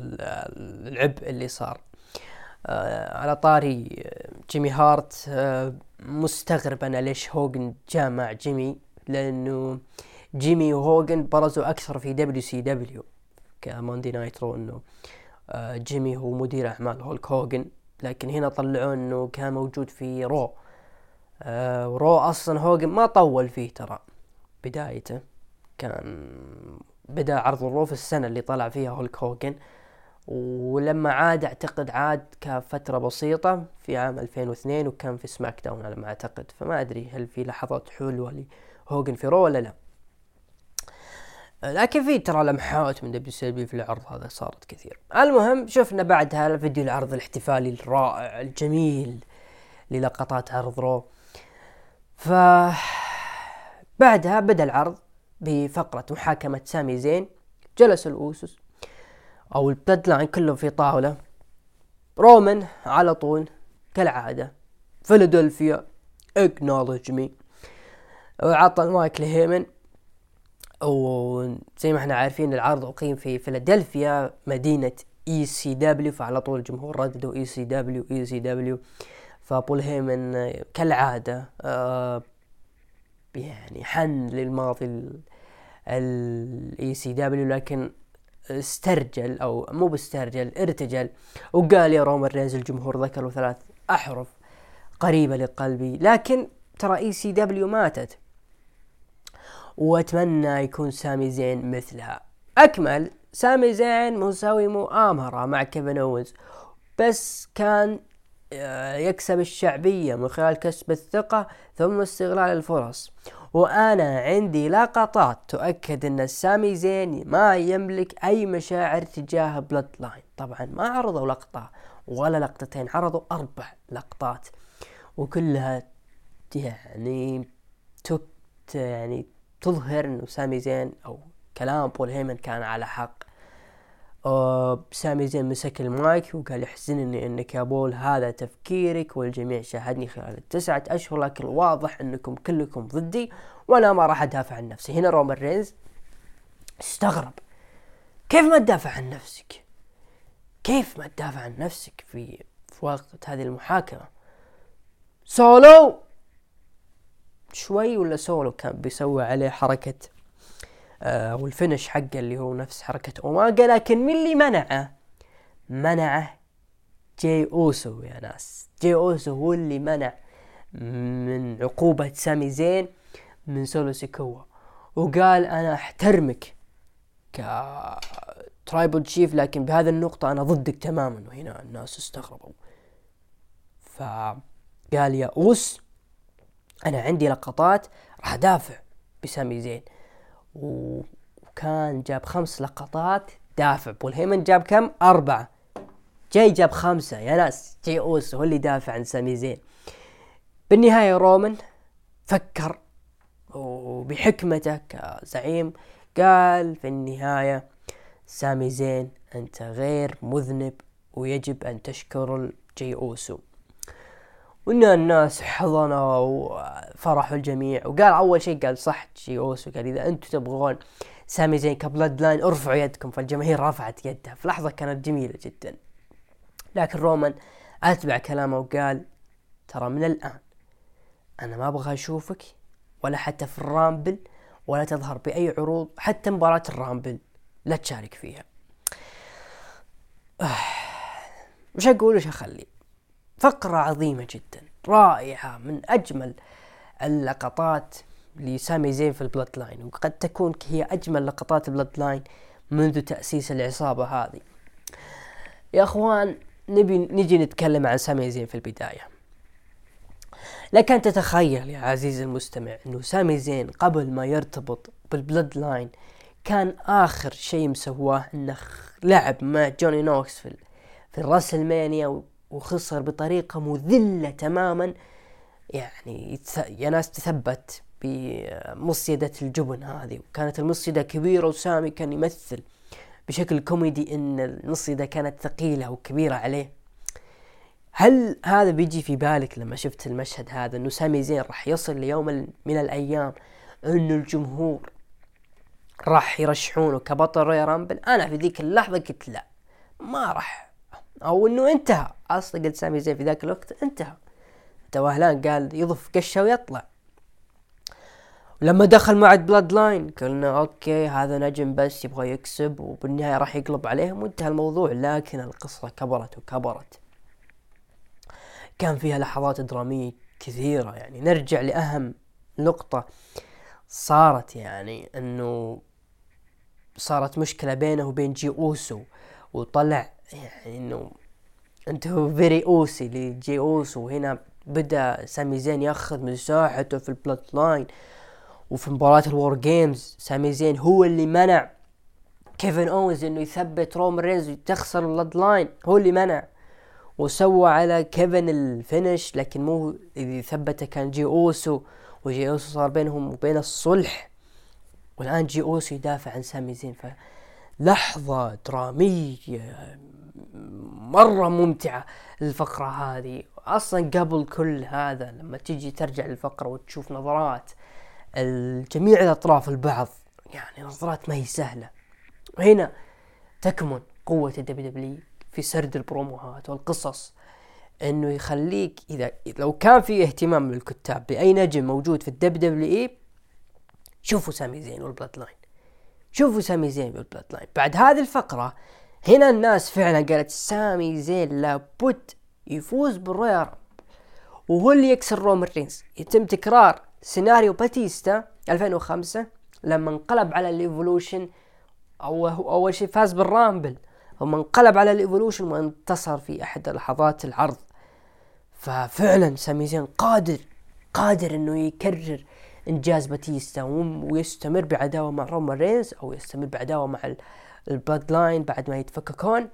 العبء اللي صار. آه على طاري جيمي هارت، آه مستغرب أنا ليش هوجن جاء مع جيمي، لأنه جيمي وهوجن برزوا أكثر في دبليو سي دبليو كماندي نايت رو، إنه آه جيمي هو مدير أعمال هولك هوجن، لكن هنا طلعوا إنه كان موجود في رو. آه رو أصلا هوجن ما طول فيه، ترى بدايته كان بدأ عرض الرو في السنة اللي طلع فيها هولك هوجن، ولما عاد اعتقد عاد كفترة بسيطة في عام ألفين واثنين، وكان في سماك داون على ما اعتقد. فما ادري هل في لحظات حلوة لهوجن في رو ولا لا، لكن في ترى لمحات من دبليو سي بي في العرض هذا صارت كثير. المهم شفنا بعدها الفيديو العرض الاحتفالي الرائع الجميل للقطات عرض رو. ف بعدها بدأ العرض بفقرة محاكمة سامي زين. جلس الأوسوس او البلاد لاين كلهم في طاولة، رومان على طول كالعادة فيلادلفيا acknowledge me، وعطى المايك لهيمن. وزي ما احنا عارفين العرض أقيم في فيلادلفيا مدينة اي سي دبليو، فعلى طول الجمهور رددوا اي سي دبليو اي سي دبليو. فبول هيمن كالعادة آه يعني حن للماضي الاي سي دبليو، لكن استرجل او مو بسترجل ارتجل وقال يا رومان رينز. الجمهور ذكروا ثلاث احرف قريبة لقلبي، لكن ترى اي سي دبليو ماتت، واتمنى يكون سامي زين مثلها. اكمل سامي زين مسوي مؤامرة مع كيفن أوينز، بس كان يكسب الشعبية من خلال كسب الثقة ثم استغلال الفرص. وأنا عندي لقطات تؤكد أن سامي زين ما يملك أي مشاعر تجاه بلاد لاين. طبعا ما عرضوا لقطة ولا لقطتين، عرضوا أربع لقطات وكلها يعني تك يعني تظهر أنه سامي زين أو كلام بول هيمن كان على حق. أه سامي زين مسك المايك وقال يحزنني انك يا بول هذا تفكيرك، والجميع شاهدني خلال التسعة اشهر، لكن الواضح انكم كلكم ضدي وانا ما راح ادافع عن نفسي. هنا رومان رينز استغرب، كيف ما تدافع عن نفسك؟ كيف ما تدافع عن نفسك في, في وقت هذه المحاكمة؟ سولو شوي ولا سولو كان بيسوي عليه حركة آه والفينش حقه اللي هو نفس حركة أوماغا، لكن من اللي منعه؟ منعه جاي أوسو يا ناس. جاي أوسو هو اللي منع من عقوبة سامي زين من سولو سيكوا، وقال أنا أحترمك كترايبل تشيف، لكن بهذا النقطة أنا ضدك تماما. وهنا الناس استغربوا، فقال يا أوس أنا عندي لقطات راح أدافع بسامي زين، وكان جاب خمس لقطات دافع. بول هيمن جاب كم؟ أربعة، جاي جاب خمسة يا ناس. جاي أوسو هو اللي دافع عن سامي زين. بالنهاية رومان فكر وبحكمته كزعيم قال في النهاية سامي زين أنت غير مذنب ويجب أن تشكر جاي أوسو. وإن الناس حضنوا وفرحوا الجميع، وقال أول شيء قال صح جاي أوسو، قال إذا أنتم تبغون سامي زين كبلاد لاين ارفعوا يدكم. فالجماهير رفعت يدها في لحظة كانت جميلة جدا. لكن رومان أتبع كلامه وقال ترى من الآن أنا ما أبغى أشوفك ولا حتى في الرامبل، ولا تظهر بأي عروض، حتى مباراة الرامبل لا تشارك فيها. مش أقول وش أخلي. فقرة عظيمة جدا رائعة، من أجمل اللقطات لسامي زين في البلاد لاين، وقد تكون هي أجمل لقطات البلاد لاين منذ تأسيس العصابة هذه. يا أخوان نبي نجي نتكلم عن سامي زين في البداية. لك أن تتخيل يا عزيزي المستمع أنه سامي زين قبل ما يرتبط بالبلاد لاين كان آخر شيء مسواه أنه لعب مع جوني نوكس في, في الراسلمانيا وخسر بطريقة مذلة تماما. يعني يا ناس تثبت بمصيدة الجبن هذه، وكانت المصيدة كبيرة وسامي كان يمثل بشكل كوميدي ان المصيدة كانت ثقيلة وكبيرة عليه. هل هذا بيجي في بالك لما شفت المشهد هذا انه سامي زين راح يصل ليوم من الايام انه الجمهور راح يرشحونه كبطل رويال رامبل؟ انا في ذيك اللحظة قلت لا ما راح، او انه انتهى اصلا. قلت سامي زين في ذاك الوقت انتهى، توهلان قال يضف قشة ويطلع. لما دخل مع بلاد لاين قلنا اوكي هذا نجم بس يبغى يكسب وبالنهاية راح يقلب عليهم وانتهى الموضوع. لكن القصة كبرت وكبرت، كان فيها لحظات درامية كثيرة. يعني نرجع لأهم نقطة صارت، يعني انه صارت مشكلة بينه وبين جي أوسو، وطلع يعني انه انتو فيري أوسي لجي أوسو. وهنا بدأ سامي زين ياخذ مساحته في البلاد لاين. وفي مباراة الوار جيمز سامي زين هو اللي منع كيفن أوينز انه يثبت رومان رينز وتخسر البلاد لاين، هو اللي منع وسوى على كيفن الفينش، لكن مو اللي ثبته كان جي أوسو. وجي أوسو صار بينهم وبين الصلح، والآن جي أوسو يدافع عن سامي زين. فلحظة درامية مرة ممتعة الفقرة هذه. أصلا قبل كل هذا لما تيجي ترجع للفقرة وتشوف نظرات الجميع الأطراف البعض، يعني نظرات ما هي سهلة. وهنا تكمن قوة الدبليو دبليو في سرد البروموهات والقصص، انه يخليك اذا لو كان في اهتمام من الكتاب باي نجم موجود في الدبليو دبليو اي، شوفوا سامي زين والبلاد لاين، شوفوا سامي زين والبلاد لاين. بعد هذه الفقرة هنا الناس فعلا قالت سامي زين لابد يفوز بالرويال وهو اللي يكسر رومان رينز. يتم تكرار سيناريو باتيستا ألفين وخمسة لما انقلب على الايفولوشن، او اول شيء فاز بالرامبل ثم انقلب على الايفولوشن وانتصر في احد لحظات العرض. ففعلا سامي زين قادر قادر انه يكرر انجاز باتيستا ويستمر بعداوة مع رومان رينز او يستمر بعداوة مع البلاد لاين بعد ما يتفككون.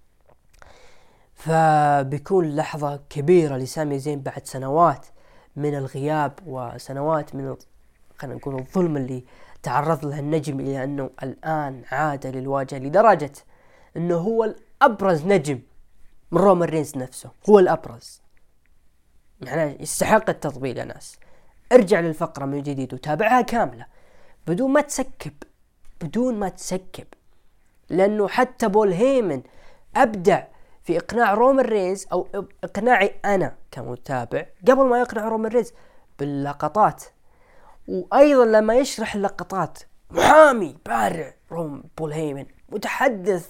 فبيكون لحظة كبيرة لسامي زين بعد سنوات من الغياب وسنوات من خلينا نقول الظلم اللي تعرض له النجم، إلى أنه الآن عاد للواجهة، لدرجة أنه هو الأبرز نجم من رومان رينز نفسه، هو الأبرز، يعني يستحق التطبيل يا ناس. ارجع للفقرة من جديد وتابعها كاملة بدون ما تسكب بدون ما تسكب لأنه حتى بول هيمن أبدع في إقناع رومان رينز أو إقناعي أنا كمتابع قبل ما يقنع رومان رينز باللقطات، وأيضا لما يشرح اللقطات محامي بارع روم بول هيمن متحدث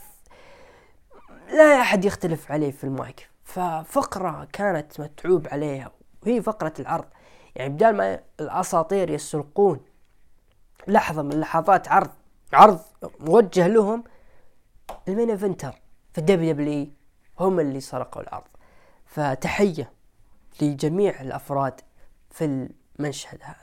لا أحد يختلف عليه في المايك. ففقرة كانت متعوب عليها وهي فقرة العرض، يعني بدال ما الأساطير يسرقون لحظة من لحظات عرض عرض موجه لهم، المين ايفنتر في الدبليو دبليو هم اللي سرقوا العرض. فتحية لجميع الأفراد في المشهد هذا.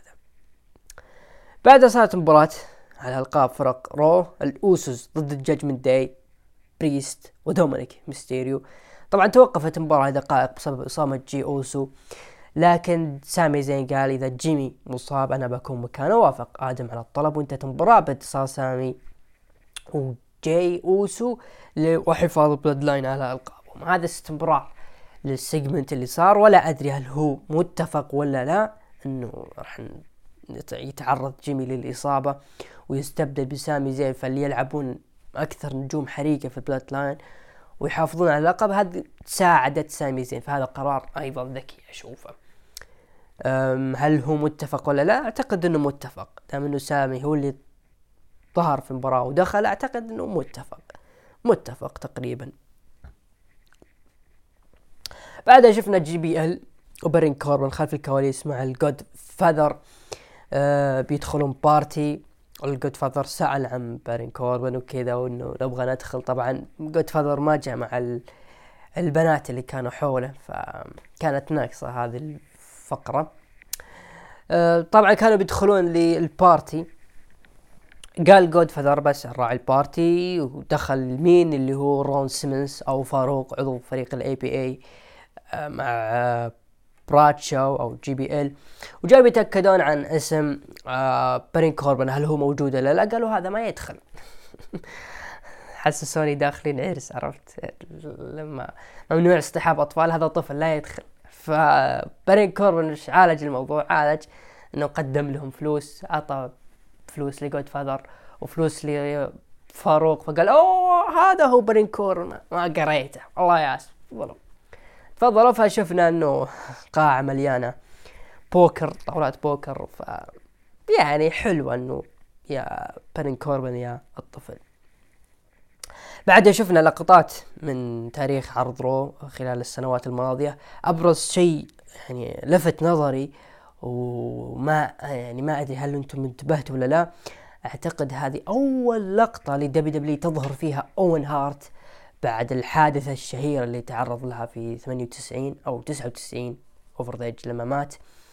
بعد صارت مباراة على ألقاب فرق رو، الأوسوس ضد الجاجمنت داي، بريست ودومينيك ميستيريو. طبعا توقفت مباراة دقائق بسبب إصابة جي أوسو، لكن سامي زين قال إذا جيمي مصاب أنا بكون مكانه، وافق آدم على الطلب وانتهت المباراة باتصال سامي وجي أوسو وحفاظ البلاد لاين على ألقابهم. هذا استمرار للسيجمنت اللي صار، ولا أدري هل هو متفق ولا لا انه راح يتعرض جيمي للإصابة ويستبدل بسامي زين، فاللي يلعبون أكثر نجوم حريقة في البلاد لاين ويحافظون على اللقب هذه ساعدت سامي زين، فهذا قرار أيضا ذكي أشوفه. هل هو متفق ولا لا؟ أعتقد أنه متفق، دام أنه سامي هو اللي ظهر في المباراة ودخل، أعتقد أنه متفق متفق تقريبا. بعدها شفنا جي بي ال وبارين كوربن خلف الكواليس مع الجود فاذر، أه بيدخلون بارتي. الجود فاذر سأل عن بارين كوربن وكذا وانه نبغى ندخل، طبعا جود فاذر ما جاء مع البنات اللي كانوا حوله، فكانت ناقصة هذه الفقرة. أه طبعا كانوا بيدخلون للبارتي، قال جود فاذر بس راعي البارتي، ودخل مين اللي هو رون سيمنز او فاروق عضو فريق الاي بي اي مع براتشو او جي بي ال، وجاي بيتأكدون عن اسم آه بارين كوربن هل هو موجود ولا لا. قالوا هذا ما يدخل حسسوني داخلين عرس، عرفت لما ممنوع اصطحاب اطفال، هذا طفل لا يدخل. فبارين كوربن مش عالج الموضوع، عالج انه قدم لهم فلوس، عطى فلوس لجود فاذر وفلوس لفاروق، فقال اوه هذا هو بارين كوربن، ما قريته الله ياسف والله. تفضلوا. فشفنا انه قاعة مليانة بوكر، طاولات بوكر، ف يعني حلوة انه يا بارين كوربن يا الطفل. بعدها شفنا لقطات من تاريخ عرض رو خلال السنوات الماضية. ابرز شيء يعني لفت نظري وما يعني ما ادري هل انتم انتبهتوا ولا لا، اعتقد هذه اول لقطة لدبليو دبليو تظهر فيها اوين هارت بعد الحادثة الشهيرة اللي تعرض لها في ثمانية وتسعين أو تسعة وتسعين أوفر ذا إيدج لما مات.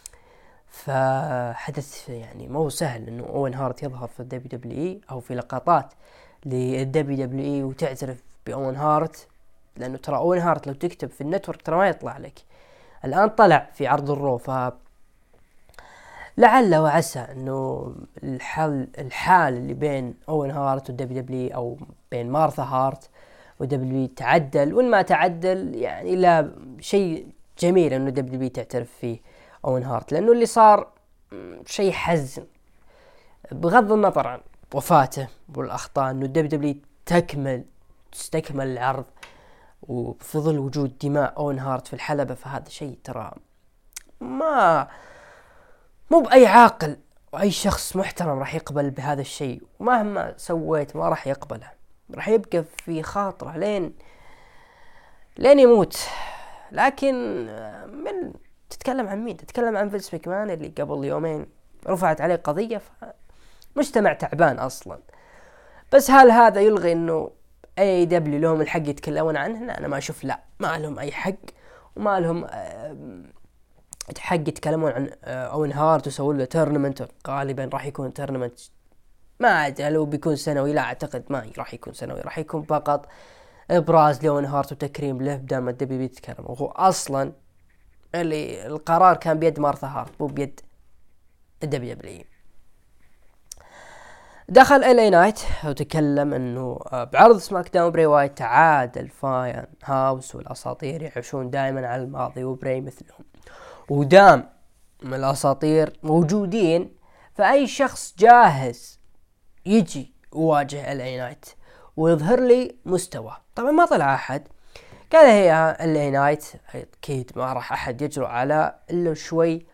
فحدث يعني مو سهل إنه أوين هارت يظهر في الدبليو دبليو إي أو في لقطات للدبليو دبليو إي وتعترف بأوين هارت، لأنه ترى أوين هارت لو تكتب في النتورك ترى ما يطلع لك. الآن طلع في عرض الرو، ف لعل وعسى إنه الحال الحال اللي بين أوين هارت والدبليو دبليو إي أو بين مارثا هارت ودبليو تعدل، وإن ما تعدل يعني لا شيء جميل إنه دبليو تعترف فيه أوين هارت، لأنه اللي صار شيء حزن بغض النظر عن وفاته والأخطاء، إنه دبليو تكمل وتستكمل العرض وفي ظل وجود دماء أون هارت في الحلبة، فهذا شيء ترى ما مو بأي عاقل وأي شخص محترم راح يقبل بهذا الشيء، ومهما سويت ما راح يقبله، راح يبقى في خاطره لين لين يموت. لكن من تتكلم عن مين؟ تتكلم عن فينس ماكمان اللي قبل يومين رفعت عليه قضية، مجتمع تعبان أصلا. بس هل هذا يلغي إنه أي دبليو لهم الحق يتكلمون عنه؟ لا، أنا ما أشوف، لا ما لهم أي حق، وما لهم حق يتكلمون عن أون هارت وسووا له تورنمنت. غالبا راح يكون تورنمنت، ما أدري لو بيكون سنوي، لا أعتقد ما راح يكون سنوي، راح يكون فقط إبراز لأون هارت وتكريم له بدل ما الدبليو يتكلم. وهو أصلا اللي القرار كان بيد مارثا هارت مو بيد الدبليو دبليو. دخل ال اي نايت وتكلم انه بعرض سماك داون براي وايت تعاد الفاين هاوس والاساطير يعيشون دائما على الماضي وبراي مثلهم، ودام من الاساطير موجودين فاي شخص جاهز يجي يواجه ال اي نايت ويظهر لي مستوى. طبعا ما طلع احد، قال هي ال اي نايت اكيد ما راح احد يجرؤ على الا شوي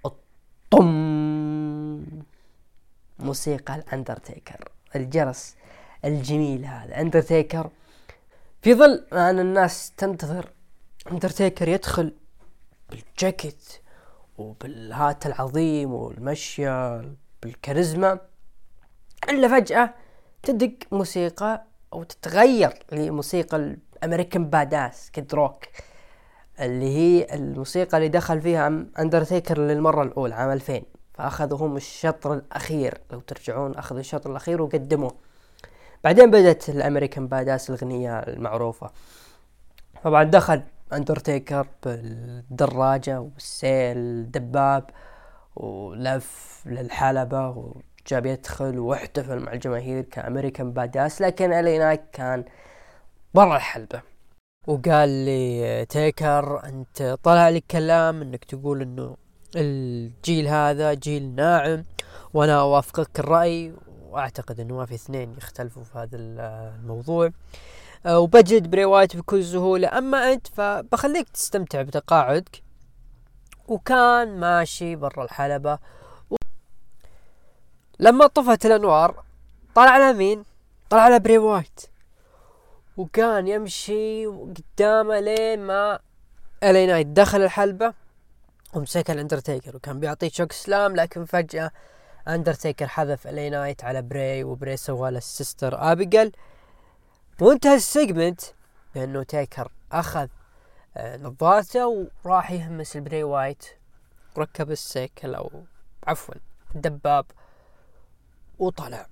الطم موسيقى الاندرتيكر، الجرس الجميل هذا. اندرتيكر في ظل ان الناس تنتظر اندرتيكر يدخل بالجاكيت وبالهات العظيم والمشية بالكاريزما، الا فجأة تدق موسيقى او تتغير لموسيقى الامريكان باداس كيد روك، اللي هي الموسيقى اللي دخل فيها اندرتيكر للمرة الاولى عام ألفين. فأخذوا هم الشطر الأخير، لو ترجعون أخذوا الشطر الأخير وقدموه. بعدين بدأت الأمريكان باداس الأغنية المعروفة. طبعا دخل أندرتيكر بالدراجة والسيل الدباب ولف للحلبة وجاب يدخل واحتفل مع الجماهير كأمريكان باداس. لكن أليناك كان برا الحلبة وقال لي تيكر أنت طلع لي كلام أنك تقول أنه الجيل هذا جيل ناعم، وانا اوافقك الرأي، واعتقد انه ما في اثنين يختلفوا في هذا الموضوع، وبجد براي وايت بكل سهولة، اما انت فبخليك تستمتع بتقاعدك. وكان ماشي برا الحلبة و... لما طفت الانوار طلع على مين؟ طلع على براي وايت، وكان يمشي قدامه لين ما إلي نايت دخل الحلبة ومسك الاندرتيكر وكان بيعطيه شوك سلام. لكن فجأة اندرتيكر حذف إلي نايت على براي، وبراي سوى له السيستر ابيجل، وانتهى السيجمنت بانه تيكر اخذ نظارته وراح يهمس البراي وايت وركب السيكل او عفوا الدباب وطلع.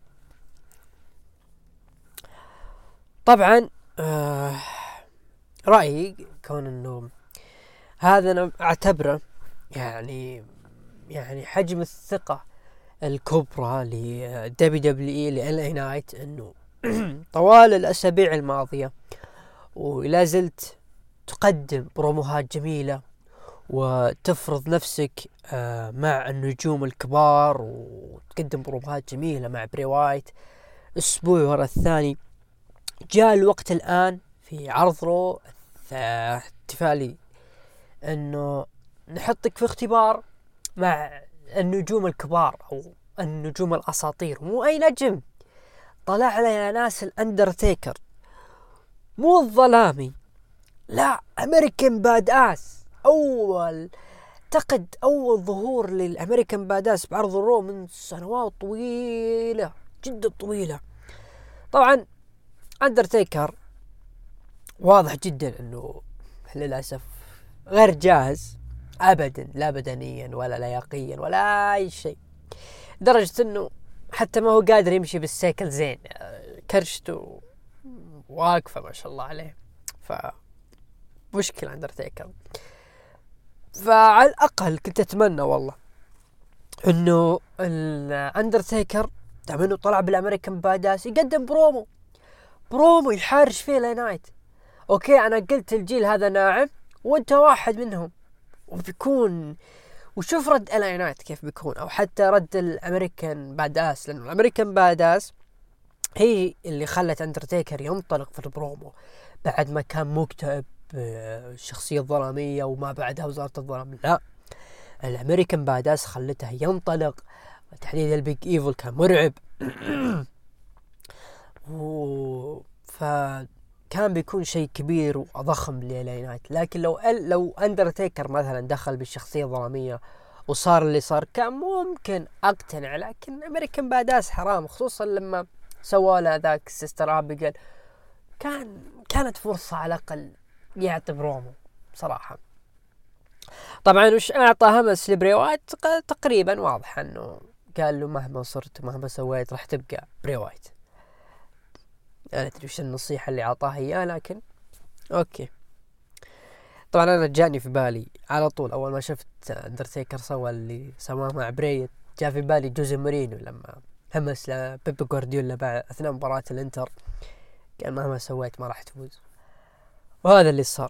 طبعا آه رأيي كون انه هذا انا اعتبره يعني يعني حجم الثقة الكبرى لدبليو دبليو اي لإل اي نايت، انه طوال الاسابيع الماضية ولا زلت تقدم بروموهات جميلة وتفرض نفسك مع النجوم الكبار وتقدم بروموهات جميلة مع براي وايت اسبوع ورا الثاني. جاء الوقت الان في عرض رو احتفالي انه نحطك في اختبار مع النجوم الكبار او النجوم الاساطير. مو اي نجم، طلع لنا ناس الاندرتيكر، مو الظلامي، لا امريكان باداس. اول تقد اول ظهور للامريكان باداس بعرض الرو من سنوات طويلة جدا طويلة. طبعا اندرتيكر واضح جدا انه للاسف غير جاهز ابدا، لا بدنيا ولا لياقيا ولا اي شيء، لدرجة انه حتى ما هو قادر يمشي بالسيكل زين، كرشته واقفة ما شاء الله عليه، ف مشكلة اندرتيكر. فعلى الاقل كنت اتمنى والله انه الاندرتيكر دام انه طلع بالامريكان باداس يقدم برومو برومو يحارش فيه لنايت. اوكي انا قلت الجيل هذا ناعم وانت واحد منهم، وبيكون وشوف رد إلي نايت كيف بيكون، او حتى رد الامريكان باداس، لانه الامريكان باداس هي اللي خلت أندرتيكر ينطلق في البرومو بعد ما كان مكتئب الشخصية الظلامية وما بعدها وزارة الظلام. لا، الأمريكان باداس خلته ينطلق، تحديدا البيج إيفل كان مرعب. و... فكان بيكون شيء كبير وضخم لإلي نايت. لكن لو ال... لو أندرتيكر مثلا دخل بالشخصية الظلامية وصار اللي صار كان ممكن أقتنع، لكن أمريكان باداس حرام، خصوصا لما سوى له ذاك سيستر أبيجيل، كان كانت فرصة على الأقل يعطي برومو صراحة. طبعا وش أعطى همس لبري وايت؟ تقريبا واضح أنه قال له مهما صرت مهما سويت راح تبقى بري وايت. أنا أدري وش النصيحة اللي عطاها إياه، لكن أوكي. طبعا أنا جاني في بالي على طول أول ما شفت أندرتيكر سوى اللي سواه مع بري، جاء في بالي جوزي مورينو لما همس لبيب غوارديولا بعد أثناء مباراة الانتر، قال مهما سويت ما راح تفوز، وهذا اللي صار.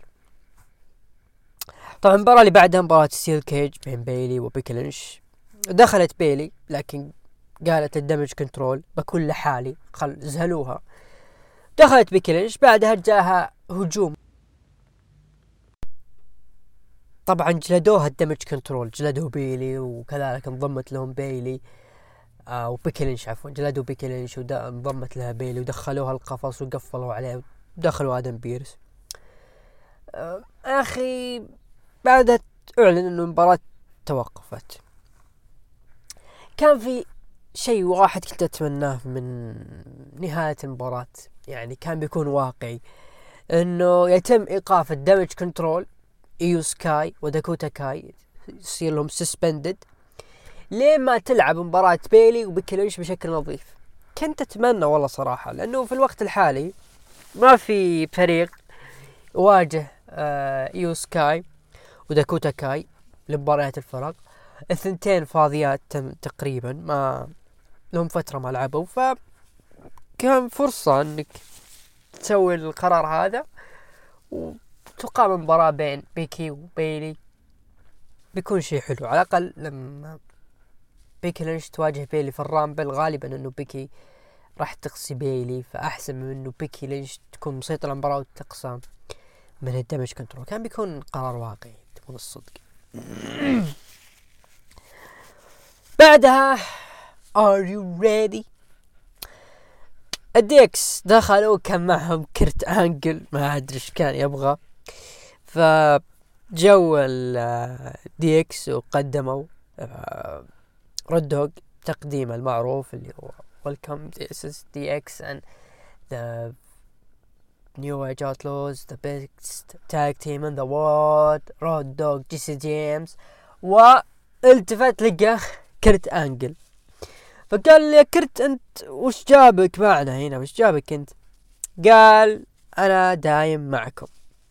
طبعا المباراة اللي بعدها مباراة ستيل كيج بين بيلي وبيكي لينش. دخلت بيلي لكن قالت الدمج كنترول بكل حالي، خل زهلوها. دخلت بيكي لينش، بعدها جاها هجوم، طبعا جلدوها الدمج كنترول، جلدوا بيلي وكذلك انضمت لهم بيلي آه وبيكي لينش عفوا، جلدوا بيكي لينش وانضمت لها بيلي ودخلوها القفص وقفلوا عليه ودخلوا آدم بيرس. آه أخي بعدها اعلن انه المباراة توقفت. كان في شيء واحد كنت اتمناه من نهاية المباراة، يعني كان بيكون واقعي، انه يتم ايقاف الدمج كنترول، ايو سكاي وداكوتا كاي يصير لهم سسبندد لين ما تلعب مباراة بيلي وبيكي لينش بشكل نظيف. كنت اتمنى والله صراحة، لانه في الوقت الحالي ما في فريق يواجه آه ايو سكاي وداكوتا كاي لمباريات الفرق، الثنتين فاضيات تقريبا، ما لهم فترة ما لعبوا، فكان فرصة انك تسوي القرار هذا وتقام مباراة بين بيكي وبيلي، بيكون شيء حلو. على الأقل لما بيكي لينش تواجه بيلي في الرامبل غالبا انه بيكي راح تقصي بيلي، فأحسن من انه بيكي لينش تكون مسيطرة المباراة وتقصى من الدمج كنترول. كان بيكون قرار واقعي تكون الصدق. بعدها Are you ready؟ الديكس دخلوا كان معهم كرت أنجل، ما أدري إيش كان يبغى، فجو الديكس وقدموا رودوغ تقديم المعروف اللي هو Welcome this is D X and the New Age Outlaws, the best tag team in the world, Road Dogg, جيسي جيمس. والتفت لقى كرت أنجل، فقال لي كرت أنت وش جابك معنا هنا، وش جابك أنت؟ قال أنا دايم معكم.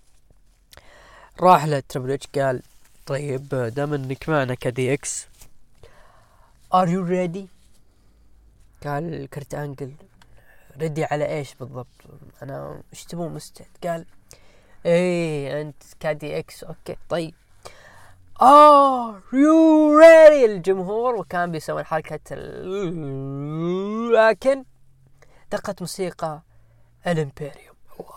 راح له تريبل اتش قال طيب دام انك معنا كدي اكس Are you ready؟ قال كرت أنجل ردي على ايش بالضبط، انا ايش تبون مستعد؟ قال ايه انت كدي اكس اوكي طيب Are you ready؟ الجمهور وكان بيسوي حركة ال... لكن دقت موسيقى الامبيريوم.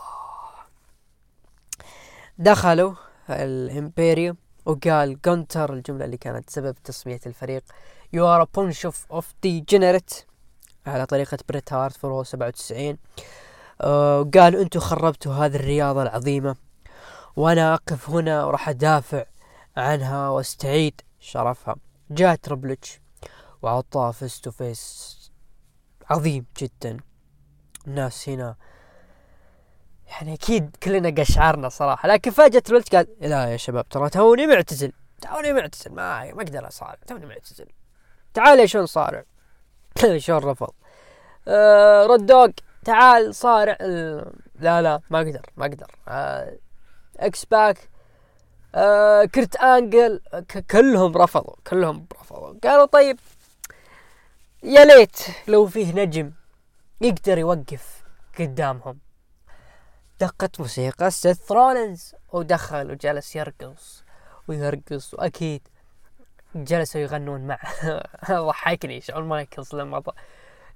دخلوا الامبيريوم وقال جونتر الجملة اللي كانت سبب تسمية الفريق You are a bunch of, of degenerate على طريقة بريت هارت في رو سبعة وتسعين. آه قال انتوا خربتوا هذه الرياضة العظيمة وانا اقف هنا وراح ادافع عنها واستعيد شرفها. جاء تريبل اتش وعطاه فيس تو فيس عظيم جدا. الناس هنا يعني اكيد كلنا قشعرنا صراحة، لكن فجأة تريبل اتش قال لا يا شباب ترى توني معتزل توني معتزل ما ما اقدر اصارع توني معتزل، تعال شلون صارع شلون رفض. آه رود دوغ تعال صارع آه لا لا ما اقدر ما اقدر آه اكس باك آه كرت أنجل كلهم رفضوا كلهم رفضوا. قالوا طيب يا ليت لو فيه نجم يقدر يوقف قدامهم. دقت موسيقى سيث رولينز ودخل وجلس يرقص ويرقص، وأكيد جلسوا يغنون معه. ضحكني شون مايكلز لما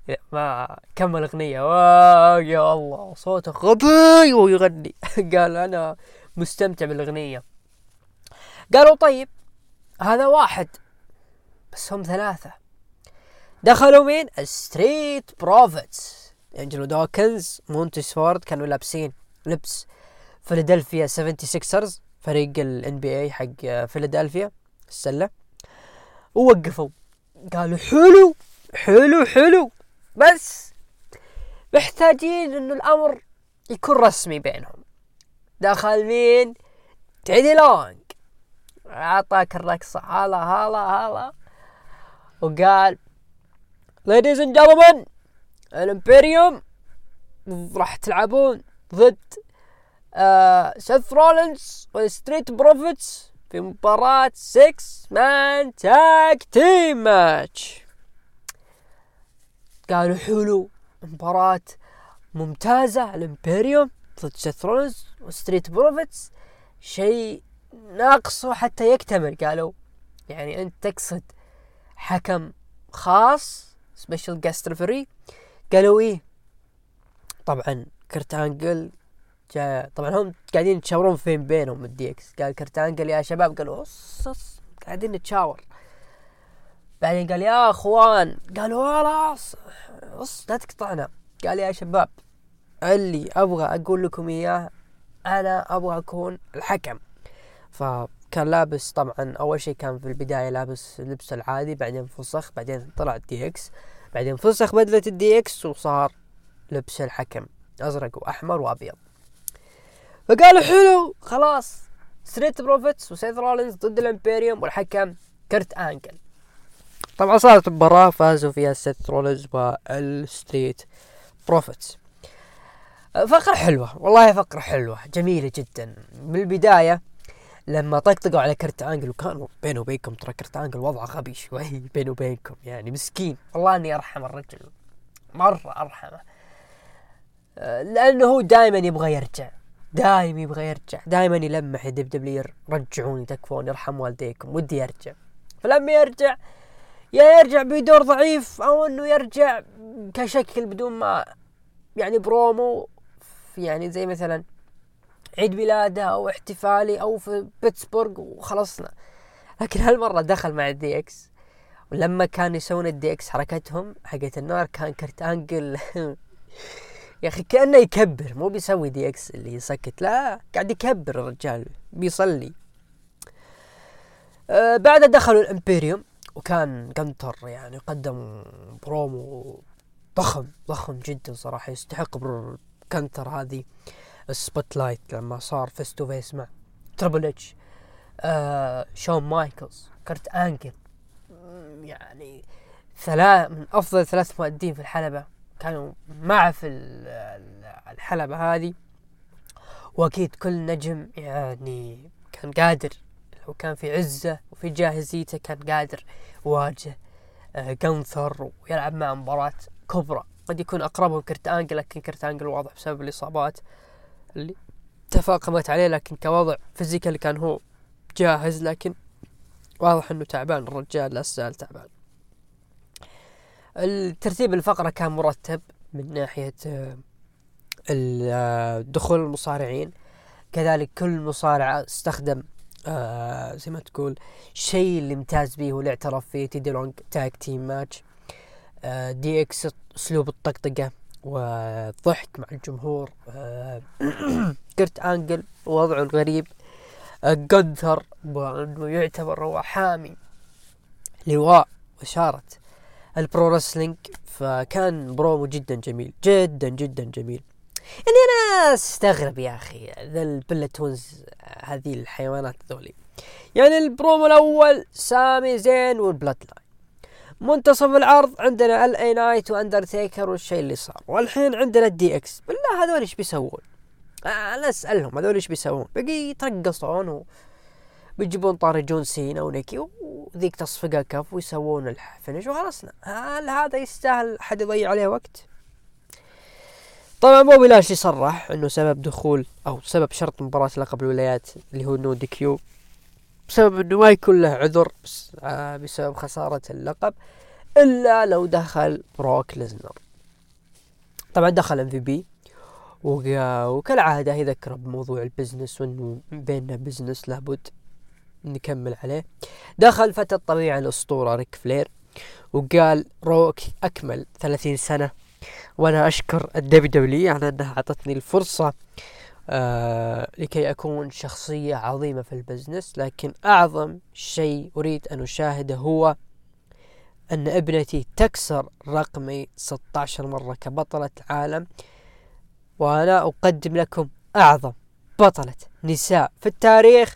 ما كمل اغنية، واو يا الله صوته غبي ويغني. قال انا مستمتع بالاغنية. قالوا طيب هذا واحد، بس هم ثلاثة. دخلوا مين؟ ستريت بروفيتس، انجلو دوكنز، مونتيس فورد، كانوا لابسين لبس فيلادلفيا سفنتي سيكسرز، فريق ال إن بي إيه حق فيلادلفيا السلة. ووقفوا قالوا حلو حلو حلو، بس محتاجين انه الامر يكون رسمي بينهم. دخل مين؟ تيدي لونج، اعطاك الرقصة هلا هلا هلا، وقال ladies and gentlemen الامبيريوم راح تلعبون ضد آه سيث رولينز والستريت بروفيتس في مباراة سكس مان تاج تيم ماتش. قالوا حلو، مباراة ممتازة، الامبيريوم ضد سيث رولينز والستريت بروفيتس، شيء ناقصه حتى يكتمل. قالوا يعني انت تقصد حكم خاص سبيشال جاست ريفري؟ قالوا ايه. طبعا كرت انجل جاء، طبعا هم قاعدين يتشاورون فين بينهم الدي اكس. قال كرت انجل يا شباب، قالوا اص قاعدين نتشاور. بعدين قال يا اخوان، قالوا خلاص اص لا تقطعنا. قال يا شباب اللي ابغى اقول لكم اياه، انا ابغى اكون الحكم. فكان لابس، طبعا اول شيء كان في البداية لابس لبس العادي، بعدين فسخ، بعدين طلع الدي اكس، بعدين فسخ بدلة الدي اكس وصار لبس الحكم ازرق واحمر وابيض. فقالوا حلو خلاص، ستريت بروفيتس وسيث رولينز ضد الامبيريوم والحكم كرت انجل. طبعا صارت مباراة فازوا فيها سيث رولينز والستريت بروفيتس. فقرة حلوة والله، فقرة حلوة جميلة جدا. من البداية لما طقطقوا على كرت انجل، وكانوا بينه وبينكم ترى كرت انجل وضعه غبي شوي بينه وبينكم، يعني مسكين والله اني ارحم الرجل، مرة ارحمه، لانه هو دائما يبغى يرجع، دائما يبغى يرجع، دائما يلمح يدب دبلير رجعوني تكفون يرحم والديكم، ودي يرجع. فلما يرجع يا يرجع بدور ضعيف، او انه يرجع كشكل بدون ما يعني برومو، يعني زي مثلا عيد ميلاده او احتفالي او في بيتسبورغ وخلصنا. لكن هالمرة دخل مع الدي اكس، ولما كان يسوون الدي اكس حركتهم حقت النار، كان كرت انجل يا اخي كأنه يكبر، مو بيسوي دي اكس اللي يسكت، لا قاعد يكبر الرجال بيصلي. أه بعد دخلوا الامبيريوم، وكان قنتر يعني قدم برومو ضخم ضخم جدا صراحة، يستحق كنتر هذه السبوت لايت لما صار فيس تو فيس مع تريبل اتش، آه شون مايكلز، كرت انجل، يعني ثلاث من افضل ثلاث مؤدين في الحلبة كانوا معه في الحلبة هذه. واكيد كل نجم يعني كان قادر، لو كان في عزه وفي جاهزيته كان قادر يواجه آه جنثر ويلعب مع مباراة كبرى. قد يكون اقربهم كرت انجل، لكن كرت انجل واضح بسبب الاصابات اللي تفاقمت عليه، لكن كوضع فيزيكال كان هو جاهز، لكن واضح انه تعبان الرجال، لا السهل تعبان. الترتيب الفقرة كان مرتب من ناحية الدخول المصارعين، كذلك كل مصارع استخدم آه زي ما تقول شيء اللي امتاز به واللي اعترف فيه. تيدي لونج تاج تيم ماتش، آه دي اكس اسلوب الطقطقة والضحك مع الجمهور، آه كرت انجل وضعه الغريب، آه جنثر وانه يعتبر هو حامي لواء وشارة البرو رسلينج. فكان برومو جدا جميل جدا جدا جميل. يعني انا استغرب يا اخي ذا البلتونز، هذه الحيوانات ذولي. يعني البرومو الاول سامي زين والبلاد لاين، منتصف العرض عندنا ال اي نايت واندرتيكر والشيء اللي صار، والحين عندنا الدي اكس. بالله هذول ايش بيسوون؟ انا اسالهم هذول ايش بيسوون؟ بقي يترقصون وبيجيبون طاري جون سينا ونيكي وذيك تصفقها كف ويسوون الفينش وخلصنا. هل هذا يستاهل حد يضيع عليه وقت؟ طبعا بوبي لاشلي صرح انه سبب دخول او سبب شرط مباراة لقب الولايات اللي هو نو دي كيو بسبب انه ما يكون له عذر، بس آه بسبب خسارة اللقب، إلا لو دخل بروك ليزنر. طبعا دخل ام في بي، وكالعادة يذكر بموضوع البزنس وانه بيننا بزنس لابد نكمل عليه. دخل فتى الطبيعة الأسطورة ريك فلير وقال روك أكمل ثلاثين سنة، وأنا أشكر الدبليو دبليو على أنها أعطتني الفرصة آه لكي أكون شخصية عظيمة في البزنس، لكن أعظم شيء أريد أن أشاهده هو أن ابنتي تكسر رقمي ستة عشر مرة كبطلة عالم، وأنا أقدم لكم أعظم بطلة نساء في التاريخ،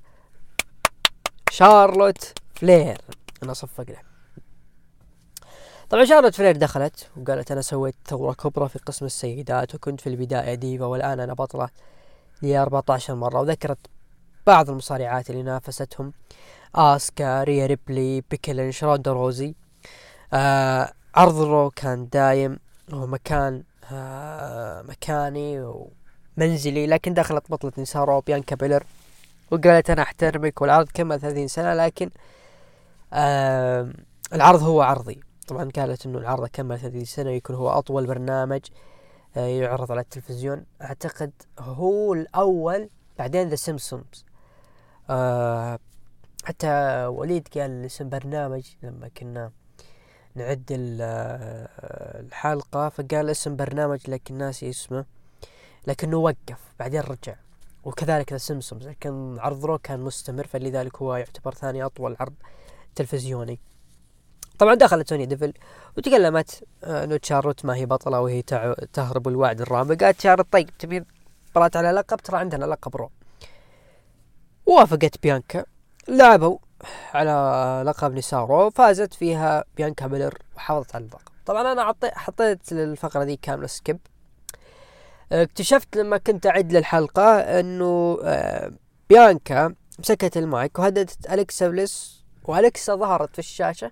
شارلوت فلير. أنا صفق له. طبعا شارلوت فلير دخلت وقالت أنا سويت ثورة كبرى في قسم السيدات، وكنت في البداية ديفا والآن أنا بطلة لي أربعة عشر مرة، وذكرت بعض المصارعات اللي نافستهم: آسكا، ريا ريبلي، بيكي لينش، روندا روزي. آه عرض رو كان دايم ومكان آه مكاني ومنزلي، لكن دخلت بطلة نساء رو بيانكا بيلر وقالت أنا أحترمك، والعرض كمل ثلاثين سنة، لكن آه العرض هو عرضي. طبعا قالت إنه العرض كمل ثلاثين سنة، يكون هو أطول برنامج آه يعرض على التلفزيون. أعتقد هو الأول، بعدين ذا سيمبسونز. آه حتى وليد قال اسم برنامج لما كنا نعد الحلقة، فقال اسم برنامج لكن ناسي اسمه، لكنه وقف بعدين رجع. وكذلك ذا سيمبسونز، لكن عرض رو كان مستمر، فلذلك هو يعتبر ثاني أطول عرض تلفزيوني. طبعا دخلت سوني ديفل وتكلمت انه شارلوت ما هي بطلة وهي تهرب الوعد الرامي. قالت شارلوت طيب تبي مباراة على لقب؟ ترى عندنا لقب رو. وافقت بيانكا، لعبوا على لقب نساء رو، فازت فيها بيانكا بيلر وحافظت على اللقب. طبعا انا حطيت للفقرة دي كاملة سكيب. اكتشفت لما كنت اعد للحلقة انه بيانكا مسكت المايك وهددت أليكسا بليس، وأليكسا ظهرت في الشاشة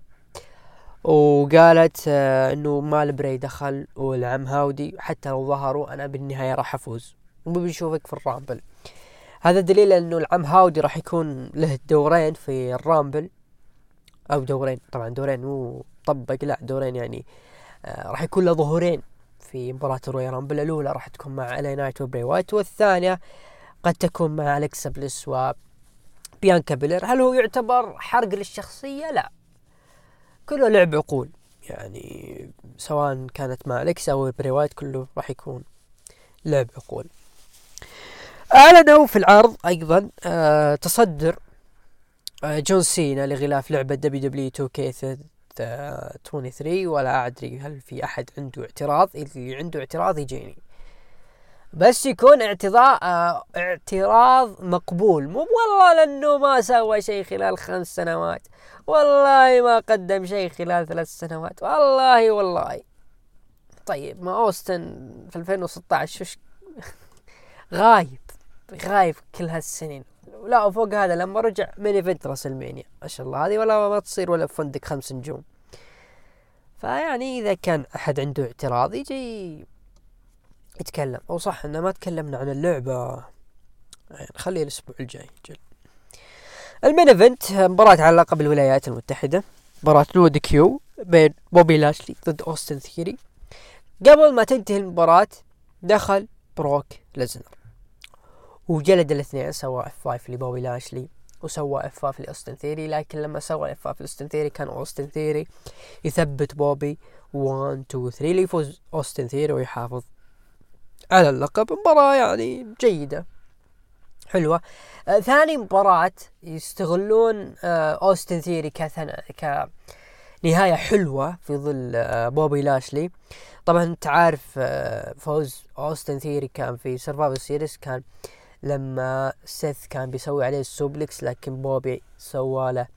وقالت انه مال بري دخل والعم هاودي، حتى لو ظهروا انا بالنهاية راح افوز وبنشوفك في الرامبل. هذا دليل انه العم هاودي راح يكون له دورين في الرامبل، او دورين، طبعا دورين مو طبق، لا دورين يعني آه راح يكون له ظهورين في مباراة الرويال رامبل. الاولى راح تكون مع إلي نايت وبري وايت، والثانية قد تكون مع أليكسا بليس وبيانكا بيلر. هل هو يعتبر حرق للشخصية؟ لا، كله لعب عقول، يعني سواء كانت مع أليكسا او بري وايت كله راح يكون لعب عقول. اعلنوا في العرض ايضا آه تصدر آه جون سينا لغلاف لعبة دبليو دبليو تو كيه ثلاثة وعشرين، ولا ادري هل في احد عنده اعتراض. اللي عنده اعتراض يجيني، بس يكون اعتراض آه اعتراض مقبول، مو والله لانه ما سوى شيء خلال خمس سنوات، والله ما قدم شيء خلال ثلاث سنوات، والله والله. طيب ما أوستن في ألفين وستة عشر شش غايب غايب كل هالسنين، لا وفوق هذا لما رجع من ايفنت راسلمانيا ما شاء الله، هذه ولا ما تصير ولا فندق خمس نجوم. فيعني اذا كان احد عنده اعتراض يجي يتكلم. او صح ان ما تكلمنا عن اللعبة، يعني خليه الاسبوع الجاي. جل المين ايفنت مباراة على لقب الولايات المتحدة، مباراة نو دي كيو بين بوبي لاشلي ضد أوستن ثيري. قبل ما تنتهي المباراة دخل بروك ليزنر وجلد الاثنين، سوى اف خمسة لبوبي لاشلي وسوى اف خمسة لاوستن ثيري، لكن لما سوى اف خمسة لاوستن ثيري كان اوستن ثيري يثبت بوبي واحد اثنين ثلاثة ليفوز اوستن ثيري ويحافظ على اللقب. مباراة يعني جيدة حلوة. آه ثاني مباراة يستغلون آه اوستن ثيري كثنا كنهاية حلوة في ظل آه بوبي لاشلي. طبعا انت عارف آه فوز اوستن ثيري كان في سرفايفر سيريس، كان لما سيث كان بيسوي عليه السوبلكس، لكن بوبي سوى له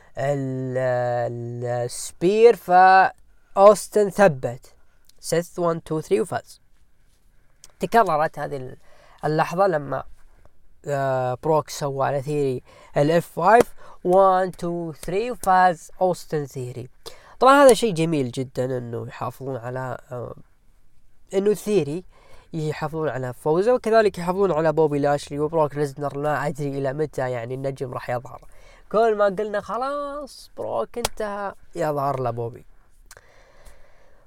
السبير، فأوستن ثبت سيث واحد اثنين ثلاثة وفاز. تكررت هذه اللحظة لما بروك سوى على ثيري الاف خمسة واحد اثنين ثلاثة وفاز أوستن ثيري. طبعا هذا شيء جميل جدا انه يحافظون على انه ثيري يحافظون على فوزه، وكذلك يحافظون على بوبي لاشلي وبروك ليزنر. ما أدري إلى متى يعني النجم راح يظهر، كل ما قلنا خلاص بروك انتهى يظهر له بوبي.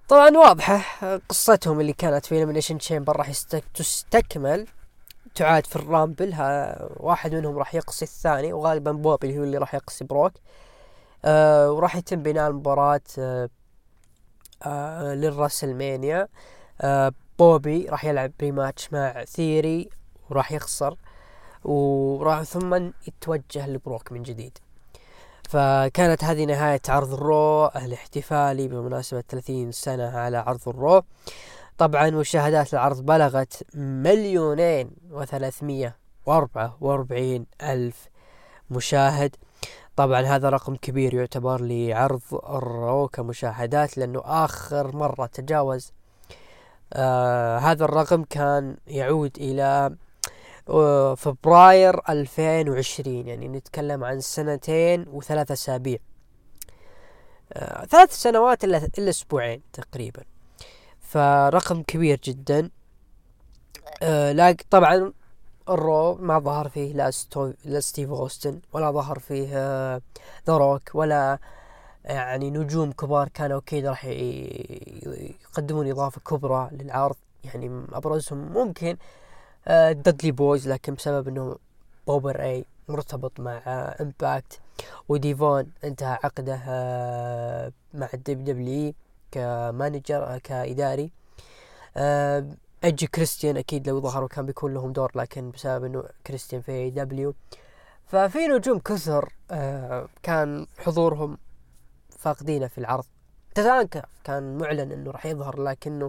طبعا واضحة قصتهم اللي كانت في إليمينيشن تشامبر راح تستكمل، تعاد في الرامبل. ها واحد منهم راح يقصي الثاني، وغالبا بوبي اللي هو اللي راح يقصي بروك. آه وراح يتم بناء المباراة آه آه للراسلمانيا. آه بوبي راح يلعب بريماتش مع ثيري وراح يخسر، وراح ثم يتوجه لبروك من جديد. فكانت هذه نهاية عرض الرو الاحتفالي بمناسبة ثلاثين سنة على عرض الرو. طبعا مشاهدات العرض بلغت مليونين وثلاثمية واربعة واربعين الف مشاهد. طبعا هذا رقم كبير يعتبر لعرض الرو كمشاهدات، لأنه آخر مرة تجاوز آه هذا الرقم كان يعود إلى آه فبراير ألفين وعشرين، يعني نتكلم عن سنتين وثلاث أسابيع، آه ثلاث سنوات إلا, إلا أسبوعين تقريبا. فرقم كبير جدا. آه لكن طبعا الرو ما ظهر فيه لا, ستو... لا ستيف أوستن، ولا ظهر فيه آه ذا روك، ولا يعني نجوم كبار كانوا أكيد راح يقدمون إضافة كبرى للعرض. يعني أبرزهم ممكن آه دادلي بويز، لكن بسبب أنه بوبر أي مرتبط مع آه إمباكت، وديفون انتهى عقده آه مع الدب دبليو كمانجر آه كإداري. آه اجي كريستيان اكيد لو ظهروا كان بيكون لهم دور، لكن بسبب انه كريستيان في اي دبليو، ففي نجوم كثر آه كان حضورهم فاقدينه في العرض. تزانكا كان معلن انه راح يظهر، لكنه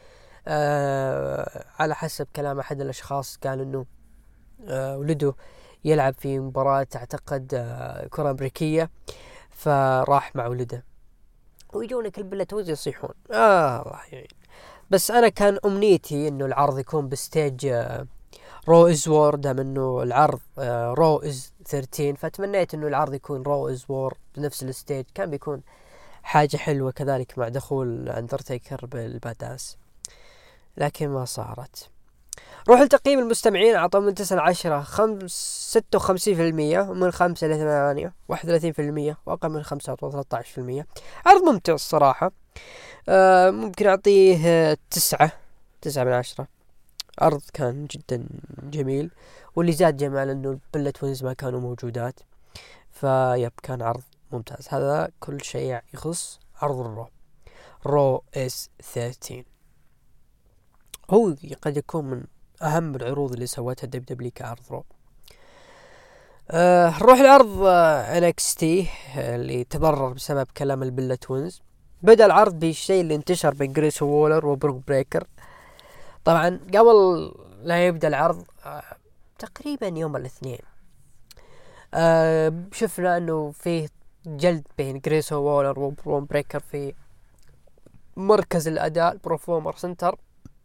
آه على حسب كلام احد الاشخاص قال انه آه ولده يلعب في مباراة اعتقد آه كرة امريكية، فراح مع ولده. ويجونك البلاتوز يصيحون اه الله يعين. بس انا كان امنيتي انه العرض يكون بستيج آه رو از وور، دام انه العرض آه رو از ثلاثة عشر، فتمنيت انه العرض يكون رو از وور بنفس الستيج، كان بيكون حاجة حلوة كذلك مع دخول اندرتيكر بالباداس، لكن ما صارت. روح لتقييم المستمعين، اعطوا من تسعة عشرة خمس ستة وخمسين في المية، ومن خمسة لثمانية واحد وثلاثين في المية، واقل من خمسة اعطوا ثلاثة عشر في المية. عرض ممتع الصراحة. آه ممكن اعطيه آه تسعة تسعة من عشرة. عرض كان جدا جميل، واللي زاد جمال انه البلت وينز ما كانوا موجودات، فيب كان عرض ممتاز. هذا كل شيء يخص عرض الرو رو اس ثلاثة عشر. هو قد يكون من اهم العروض اللي سوتها دب دبليو كعرض رو. أه نروح العرض أه إن إكس تي اللي تضرر بسبب كلام البلت وينز. بدأ العرض بالشيء اللي انتشر بين جريس وولر وبروك بريكر. طبعا قبل لا يبدأ العرض أه تقريبا يوم الاثنين أه شفنا انه فيه جلد بين جريس وولر وبروك بريكر في مركز الاداء بروفورمر سنتر،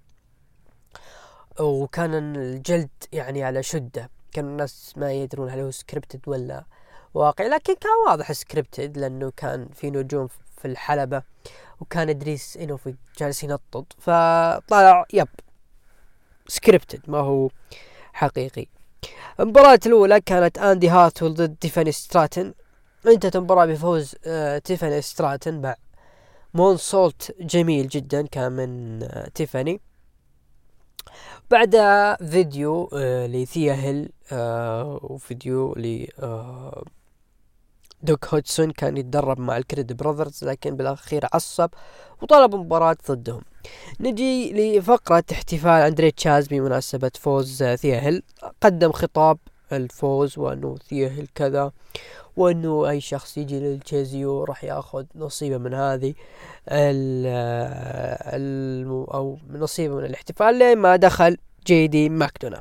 وكان الجلد يعني على شدة، كان الناس ما يدرون هل هو سكريبتد ولا واقع، لكن كان واضح سكريبتد لأنه كان في نجوم في الحلبة، وكان إدريس إنوفي جالس ينطط، فطلع يب سكريبتد ما هو حقيقي. المباراة الأولى كانت أندي هارتول ضد تيفاني ستراتن. انتهت المباراة بفوز آه تيفاني ستراتن مع مونسولت جميل جدا كان من آه تيفاني. بعد فيديو آه لثيا هيل آه وفيديو ل آه دوك هودسون كان يتدرب مع الكريد براذرز، لكن بالأخير عصب وطلب مباراة ضدهم. نجي لفقرة احتفال أندري تشاز بمناسبة فوز آه ثيا هيل. قدم خطاب الفوز وأنه ثيا هيل كذا، وأنه أي شخص يجي للتشيزيو راح يأخذ نصيبه من هذه ال أو نصيبه من الاحتفال، لما دخل جي دي ماكدونا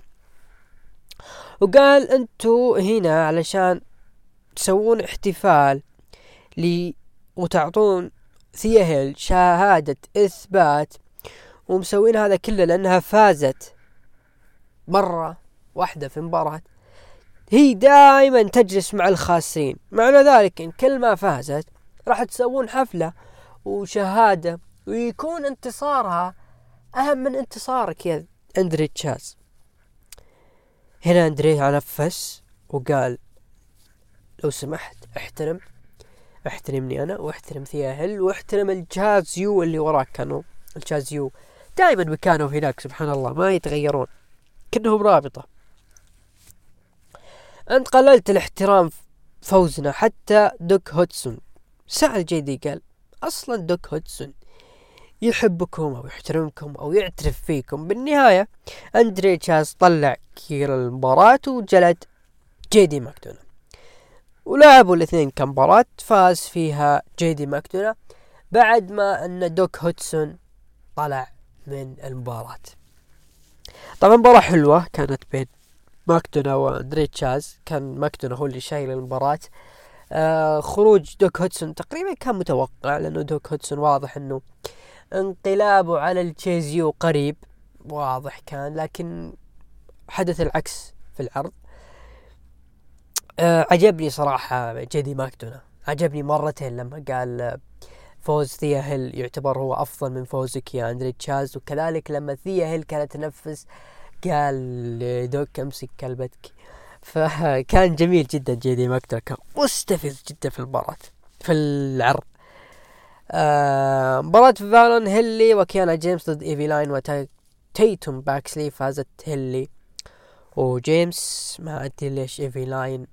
وقال أنتو هنا علشان تسوون احتفال لي وتعطون ثيا هيل شهادة إثبات، ومسوين هذا كله لأنها فازت مرة واحدة في مباراة. هي دائما تجلس مع الخاسرين، معنى ذلك إن كل ما فازت راح تسوون حفلة وشهادة، ويكون انتصارها أهم من انتصارك يا أندري تشاز. هنا أندري نفس وقال لو سمحت احترم احترمني انا واحترم ثيا هيل واحترم الجهاز يو اللي وراك. كانوا الجهاز يو دائما مكانهم هناك سبحان الله ما يتغيرون كأنهم رابطة. انت قللت الاحترام فوزنا. حتى دوك هودسون سأل جيدي قال اصلا دوك هودسون يحبكم او يحترمكم او يعترف فيكم. بالنهاية اندري تشاز طلع كير المباراة وجلد جيدي ماكدونا ولعبوا الاثنين كمباراة فاز فيها جيدي ماكدونا بعد ما ان دوك هودسون طلع من المباراة. طبعا مباراة حلوة كانت بين ماكدونا واندري تشاز. كان ماكدونا هو اللي شايل المباراة. آه خروج دوك هودسون تقريبا كان متوقع لانه دوك هودسون واضح انه انقلابه على التشيزيو قريب واضح كان، لكن حدث العكس في العرض. أه عجبني صراحة جيدي ماكدونا عجبني مرتين لما قال فوز ثيا هيل يعتبر هو أفضل من فوزك يا أندري تشاز، وكذلك لما ثيا هيل كانت تنفس قال دوك امسك كلبتك. فكان جميل جدا. جيدي ماكدونا كان مستفز جدا في المباراة في العرض. مباراة آه فالون هيلي وكيانا جيمس ضد ايفي لاين وتيتوم باكسلي. فازت هيلي وجيمس. ما أدري ليش ايفي لاين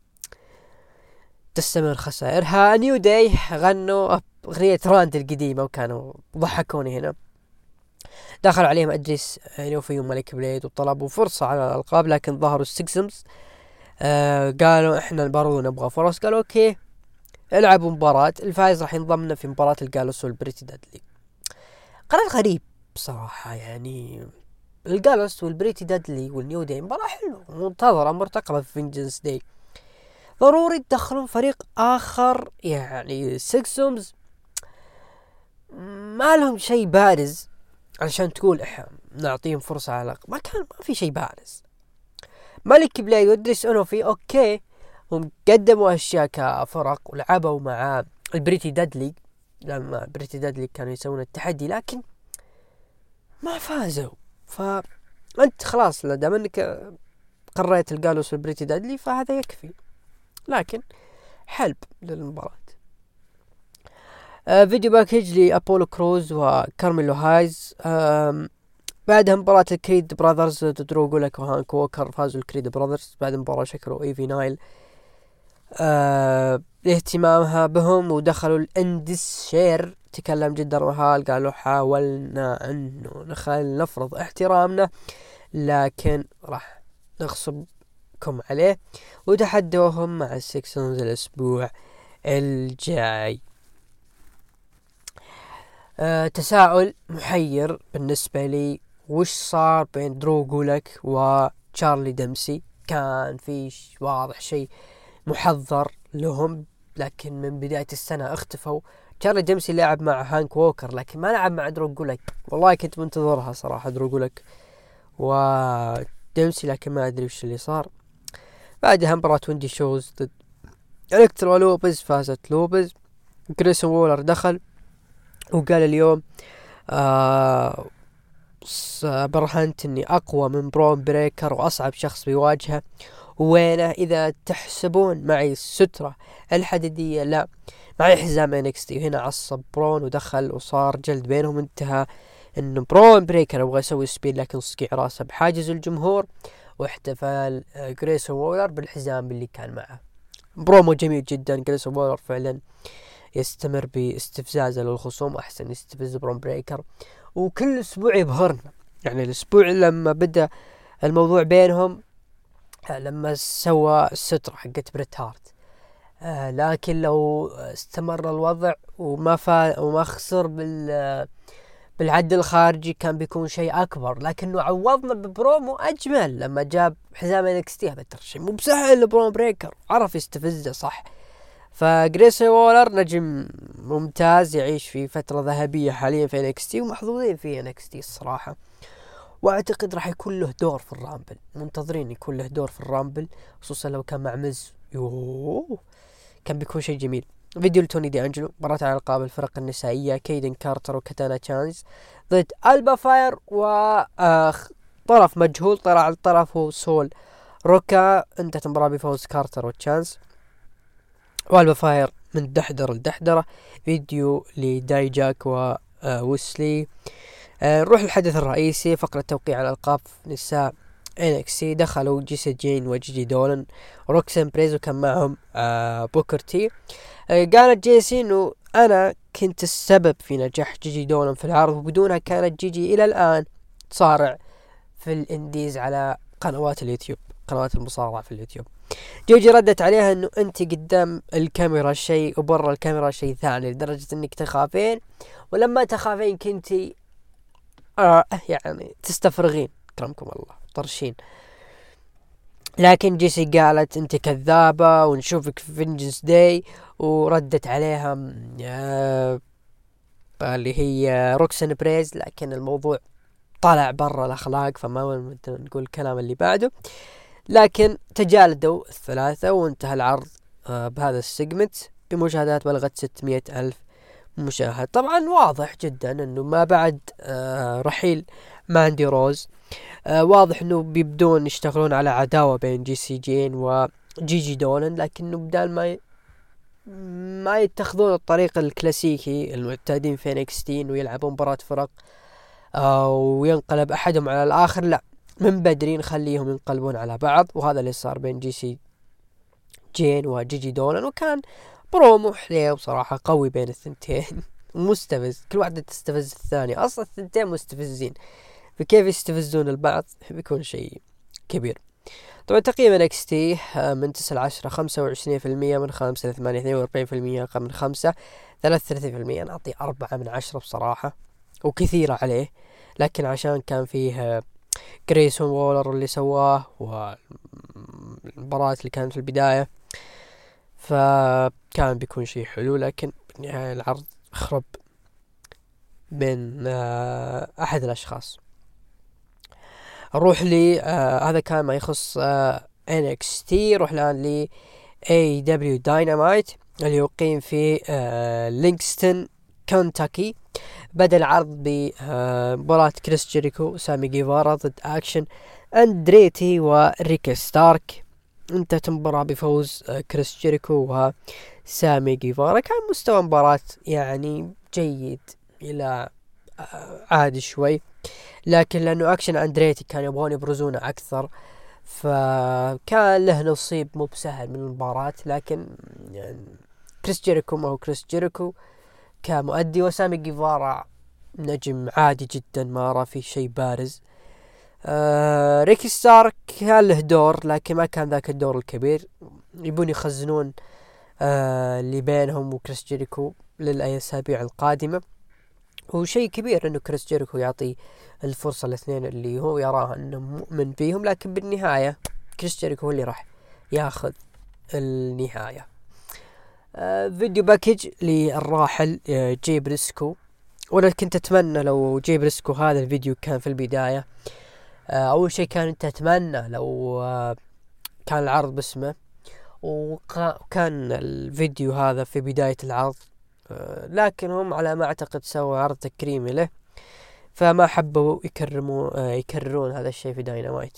تستمر خسائرها. نيو داي غنوا أغنية راند القديمة وكانوا ضحكوني هنا. دخلوا عليهم أدريس نوفي وملك بليد وطلبوا فرصة على الألقاب، لكن ظهروا السكسمز. آه قالوا احنا برضو نبغى فرص. قالوا اوكي العبوا مباراة. الفائز راح ينضمنا في مباراة الجالوس والبريتي دادلي. قرار غريب بصراحة يعني. الجالوس والبريتي دادلي والنيو داي مباراة حلوة منتظرة مرتقبة في فينجنس داي. ضروري تدخلون فريق آخر يعني. سكسومز ما لهم شيء بارز علشان تقول احنا نعطيهم فرصة على ما كان ما في شيء بارز. ملك بلاي ودريس اونوفي اوكي هم قدموا اشياء كفرق ولعبوا مع البريتي دادلي لما بريتي دادلي كانوا يسوون التحدي، لكن ما فازوا. فانت خلاص لدام انك قررت الجالوس والبريتي دادلي فهذا يكفي، لكن حلب للمباراة. آه فيديو باكيج لأبولو كروز وكارميلو هايز. آه بعدها مباراة الكريد براذرز ضد درو جولك وهانك ووكر. فازوا الكريد براذرز بعد مباراة شكروا ايفي نايل آه لاهتمامها بهم ودخلوا الاندس شير. تكلم جدا رهال قالوا حاولنا انه نخل نفرض احترامنا لكن راح نغصبكم عليه، وتحدوهم مع السكسونز الاسبوع الجاي. أه تساؤل محير بالنسبة لي وش صار بين درو جولك وتشارلي دمسي. كان في واضح شيء محضر لهم لكن من بداية السنة اختفوا. تشارلي دمسي لعب مع هانك ووكر لكن ما لعب مع درو جولك. والله كنت منتظرها صراحة درو جولك ودمسي لكن ما أدري وش اللي صار. بعدها مباراة ويندي شوز ضد إلكترا لوبز. فازت لوبز. جريسون وولر دخل وقال اليوم آه برهنت اني اقوى من برون بريكر واصعب شخص بيواجهه وينه اذا تحسبون معي السترة الحديدية لا معي حزام انكستي. وهنا عصب برون ودخل وصار جلد بينهم. انتهى ان برون بريكر يبغى يسوي سبين لكن صقع راسه بحاجز الجمهور واحتفل جريسون وولر بالحزام اللي كان معه. برومو جميل جدا. جريسون وولر فعلا يستمر باستفزازه للخصوم. احسن يستفز برون بريكر وكل اسبوع يبهرنا. يعني الاسبوع لما بدأ الموضوع بينهم لما سوى السترة حقت بريت هارت آه لكن لو استمر الوضع وما فا وما خسر بال بالعد الخارجي كان بيكون شيء اكبر، لكنه عوضنا ببرومو اجمل لما جاب حزام انكستي. هذا ترى شيء مو بسهل. برون بريكر عرف يستفزه صح. فجريسون وولر نجم ممتاز يعيش في فترة ذهبية حاليا في انكستي ومحظوظين في انكستي الصراحة، واعتقد راح يكون له دور في الرامبل. منتظرين يكون له دور في الرامبل خصوصا لو كان مع مز. يوه كان بيكون شيء جميل. فيديو لتوني دي أنجلو. مباراة على ألقاب الفرق النسائية كايدن كارتر وكاتانا تشانز ضد ألبا فاير وطرف مجهول. طلع الطرف هو سول روكا. انتهت المباراة بفوز كارتر وتشانز. والبا فاير من دحدرة لدحدرة، فيديو لدايجاك وويسلي. نروح للحدث الرئيسي، فقرة توقيع الألقاب نساء إن إكس تي. دخلوا جيسي جين وجيجي دولن روكسين بريز، وكان معهم آه بوكر تي. آه قالت جيسي انه انا كنت السبب في نجاح جيجي دولن في العرض، وبدونها كانت جيجي الى الان تصارع في الانديز على قنوات اليوتيوب، قنوات المصارعة في اليوتيوب. جيجي ردت عليها انه انت قدام الكاميرا شيء وبرا الكاميرا شيء ثاني، لدرجة انك تخافين، ولما تخافين كنتي آه يعني تستفرغين كرمكم الله طرشين. لكن جيسي قالت انت كذابة ونشوفك في فينجنس داي، وردت عليها آه اللي هي روكسن بريز، لكن الموضوع طلع برا الأخلاق فما نقول الكلام اللي بعده. لكن تجالدوا الثلاثة وانتهى العرض آه بهذا السيجمنت بمشاهدات بلغت ستمائة ألف مشاهد. طبعا واضح جدا انه ما بعد آه رحيل ماندي روز آه واضح انه بيبدون يشتغلون على عداوة بين جي سي جين وجيجي دولن، لكنه بدال ما ي... ما يتخذون الطريق الكلاسيكي المعتادين في إن إكس تي انه يلعبون مباراة فرق آه وينقلب احدهم على الاخر، لا من بدري نخليهم ينقلبون على بعض. وهذا اللي صار بين جي سي جين وجيجي دولن، وكان برومو حليو بصراحة قوي بين الثنتين مستفز، كل واحدة تستفز الثانية، اصلا الثنتين مستفزين، فكيف يستفزون البعض بيكون شيء كبير. طبعا تقييم إن إكس تي من تسعة لعشرة، خمسة وعشرين بالمئة من خمسة لثمانية، اثنين وأربعين بالمئة من خمسة، ثلاثة وثلاثين بالمئة. نعطي أربعة من عشرة بصراحة، وكثيرة عليه، لكن عشان كان فيه جريسون وولر اللي سواه والمباراة اللي كانت في البداية فكان بيكون شيء حلو، لكن بالنهاية العرض خرب بين أحد الأشخاص. نروح لي آه هذا كان ما يخص آه إن إكس تي. روح الآن ل إيه دبليو Dynamite اللي يقيم في آه لينكستون كنتاكي. بدأ العرض بمباراة كريس جيريكو وسامي جيفارا ضد أكشن أندريتي وريكي ستارك. انتهت المباراة بفوز آه كريس جيريكو وسامي جيفارا. كان مستوى مباراة يعني جيد إلى آه عادي شوي، لكن لأنه أكشن أندريتي كان يبغون يبرزونه أكثر فكان له نصيب مو بسهل من المباراة. لكن يعني كريس جيريكو ما هو كريس جيريكو كمؤدي، وسامي جيفارا نجم عادي جدا ما رأى فيه شيء بارز. آه ريكي ستارك كان له دور لكن ما كان ذاك الدور الكبير، يبون يخزنون آه اللي بينهم وكريس جيريكو للأسابيع القادمة. وشيء كبير انه كريس جيريكو يعطي الفرصة الاثنين اللي هو يراها انه مؤمن فيهم، لكن بالنهاية كريس جيريكو هو اللي راح ياخذ النهاية. آه فيديو باكج للراحل آه جي بريسكو، وانا كنت اتمنى لو جي بريسكو هذا الفيديو كان في البداية. آه اول شيء كان انت اتمنى لو آه كان العرض باسمه، وكان الفيديو هذا في بداية العرض، آه لكن هم على ما اعتقد سووا عرض تكريمي له، فما حبوا يكرموا آه يكررون هذا الشيء في داينامايت.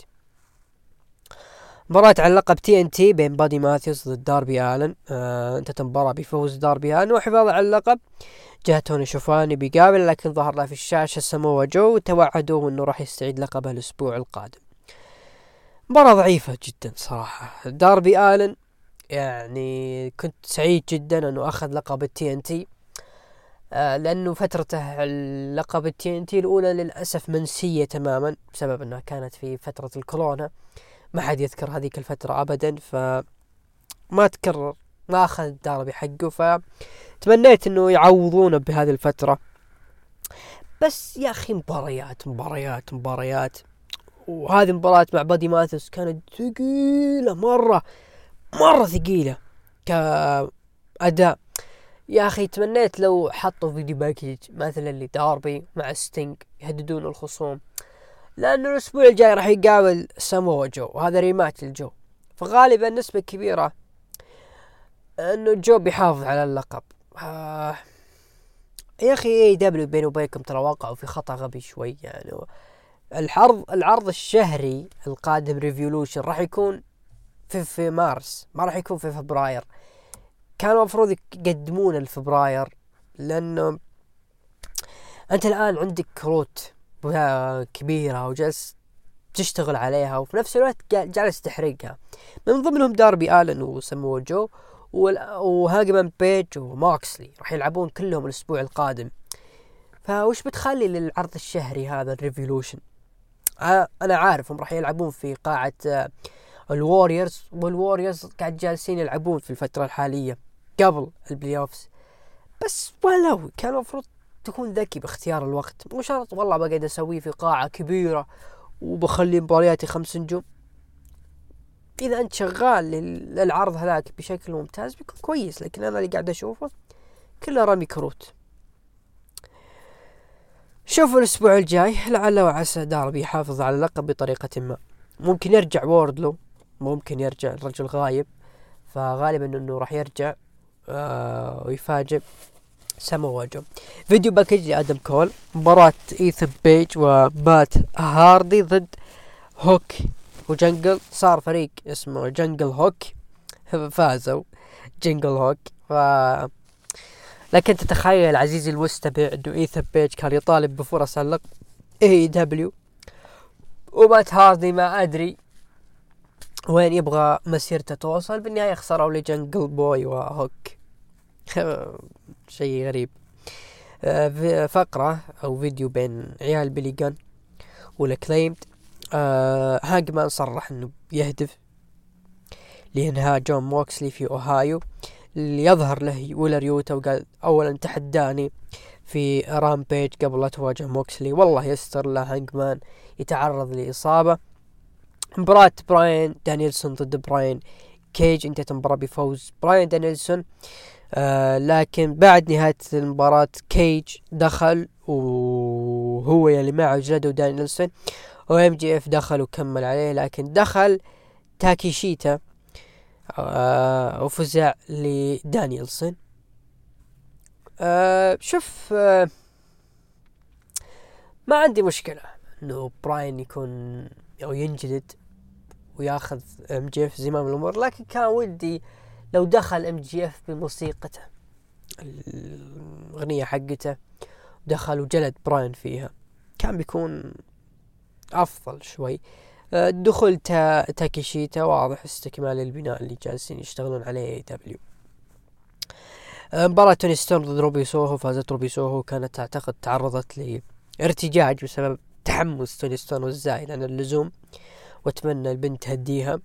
مباراة على لقب تي ان تي بين بادي ماثيوس ضد داربي آلن. آه انتهت المباراة بفوز داربي آلن وحفاظه على اللقب. جاء توني شوفاني بيقابل، لكن ظهر له في الشاشة ساموا جو وتوعدوه انه راح يستعيد لقبه الاسبوع القادم. مباراة ضعيفة جدا صراحة. داربي آلن يعني كنت سعيد جدا انه اخذ لقب التي ان تي، آه لانه فترته اللقب التي ان تي الاولى للاسف منسية تماما بسبب انها كانت في فترة الكورونا، ما حد يذكر هذيك الفترة ابدا، فما تكرر، ما اخذ داربي حقه، فتمنيت انه يعوضونه بهذه الفترة. بس يا اخي مباريات مباريات مباريات وهذه مباراة مع بادي ماثيوس كانت ثقيلة مرة مرة ثقيلة كأداء. يا أخي تمنيت لو حطوا فيديو باكيج مثلا لداربي مع ستينج يهددون الخصوم، لأنه الأسبوع الجاي راح يقابل ساموا جو وهذا ريمات الجو، فغالبا نسبة كبيرة أنه جو بيحافظ على اللقب. آه يا أخي اي دبليو بيني وبينكم ترى وقعوا في خطأ غبي شوي. يعني العرض العرض الشهري القادم ريفولوشن راح يكون في في مارس، ما راح يكون في فبراير. كانوا المفروض يقدمونه لفبراير، لأنه أنت الآن عندك كروت كبيرة وجالس تشتغل عليها، وفي نفس الوقت جالس تحرقها. من ضمنهم داربي آلن وسمو جو وهاجمان بيج وماكسلي راح يلعبون كلهم الأسبوع القادم. فوش بتخلي للعرض الشهري هذا الريفولوشن؟ أنا عارفهم راح يلعبون في قاعة الواريورز، والواريورز قاعد جالسين يلعبون في الفترة الحالية قبل البلاي اوفز، بس ولو كان المفروض تكون ذكي باختيار الوقت. مو شرط والله بقعد اسويه في قاعة كبيرة وبخلي مبارياتي خمس نجوم. اذا انت شغال للعرض هذاك بشكل ممتاز بيكون كويس، لكن انا اللي قاعد اشوفه كله رمي كروت. شوفوا الاسبوع الجاي لعل وعسى داربي يحافظ على اللقب بطريقة ما. ممكن يرجع ووردلو، ممكن يرجع الرجل غايب، فغالبا انه راح يرجع آه ويفاجئ سامو جو. فيديو باكج لآدم كول، مباراة إيثن بيج ومات هاردي ضد هوك وجنجل. صار فريق اسمه جنجل هوك، فازوا جنجل هوك. ف... لكن تتخيل عزيزي المستمع انه إيثن بيج كان يطالب بفرص اللقب اي دبليو، ومات هاردي ما ادري وين يبغى مسيرته توصل، بالنهاية خسروا لجنجل بوي وهوك. شيء غريب. آه فقرة او فيديو بين عيال بيلي جان والكليمد. آه هاجمان صرح انه يهدف لإنهاء جون موكسلي في اوهايو، اللي يظهر له ويلر يوتا، وقال اولا تحداني في رامبيج قبل لا تواجه موكسلي، والله يستر لا هاجمان يتعرض لإصابة. مباراة براين دانيلسون ضد براين كيج انتهت المباراة بفوز براين دانيلسون. آه لكن بعد نهاية المباراة كيج دخل وهو يلي معه جلده دانيلسون، وام جي اف دخل وكمل عليه، لكن دخل تاكيشيتا آه وفزع لدانيلسون. آه شوف آه ما عندي مشكلة انه براين يكون او ينجلد وياخذ ام جي اف زمام الامور، لكن كان ودي لو دخل ام جي اف بموسيقته الاغنية حقته دخل وجلد براين فيها، كان بيكون افضل شوي. دخول تا تاكيشيتا واضح استكمال البناء اللي جالسين يشتغلون عليه دبليو. مباراة توني ستورم ضد روبي سوهو، فازت روبي سوهو، كانت اعتقد تعرضت لارتجاج بسبب تحمس توني ستورم الزايد عن اللزوم، واتمنى البنت تهديها.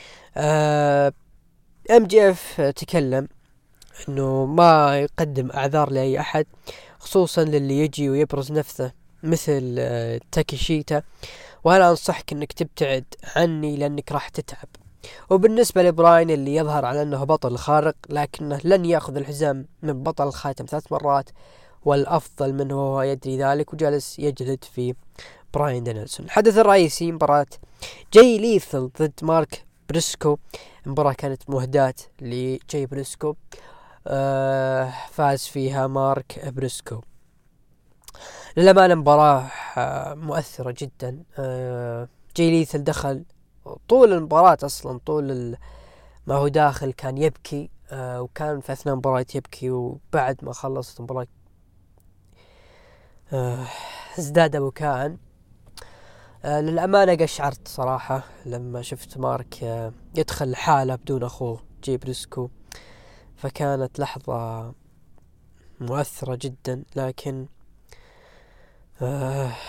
ام جي اف تكلم انه ما يقدم اعذار لاي احد، خصوصا للي يجي ويبرز نفسه مثل تاكيشيتا، وانا انصحك انك تبتعد عني لانك راح تتعب. وبالنسبة لبراين اللي يظهر على انه بطل خارق، لكنه لن ياخذ الحزام من بطل الخاتم ثلاث مرات، والافضل منه هو يدري ذلك، وجالس يجلد في براين دانيلسون. الحدث الرئيسي مباراة جاي ليثل ضد مارك بريسكو. المباراة كانت مهداة لجاي بريسكو، آه فاز فيها مارك بريسكو. للأمانة مباراة آه مؤثرة جدا. آه جاي ليثل دخل طول المباراة، أصلا طول ما هو داخل كان يبكي، آه وكان في أثناء المباراة يبكي، وبعد ما خلصت المباراة آه ازداد بكاء. آه للأمانة قشعرت صراحة لما شفت مارك آه يدخل حالة بدون أخوه جاي بريسكو، فكانت لحظة مؤثرة جدا. لكن آه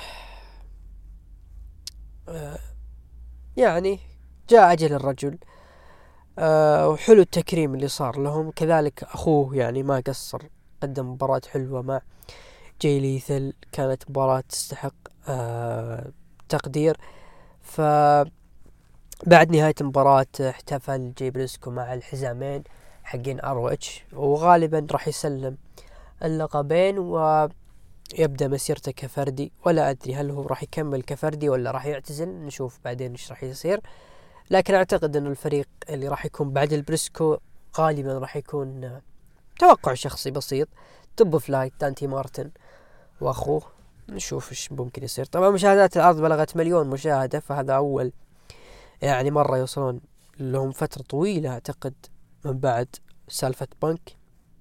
آه يعني جاء أجل الرجل، آه وحلو التكريم اللي صار لهم. كذلك أخوه يعني ما قصر، قدم مباراة حلوة مع جاي ليثل، كانت مباراة تستحق آه تقدير. فبعد نهاية المباراة احتفل جاي بريسكو مع الحزامين حقين ار او اتش، وغالبا راح يسلم اللقبين ويبدأ مسيرته كفردي، ولا أدري هل هو راح يكمل كفردي ولا راح يعتزل، نشوف بعدين ايش راح يصير. لكن أعتقد أن الفريق اللي راح يكون بعد البريسكو غالبا راح يكون توقع شخصي بسيط توب فلايت دانتي مارتن وأخوه، نشوف ايش ممكن يصير. طبعا مشاهدات العرض بلغت مليون مشاهدة، فهذا أول يعني مرة يوصلون لهم فترة طويلة أعتقد من بعد سالفة بنك.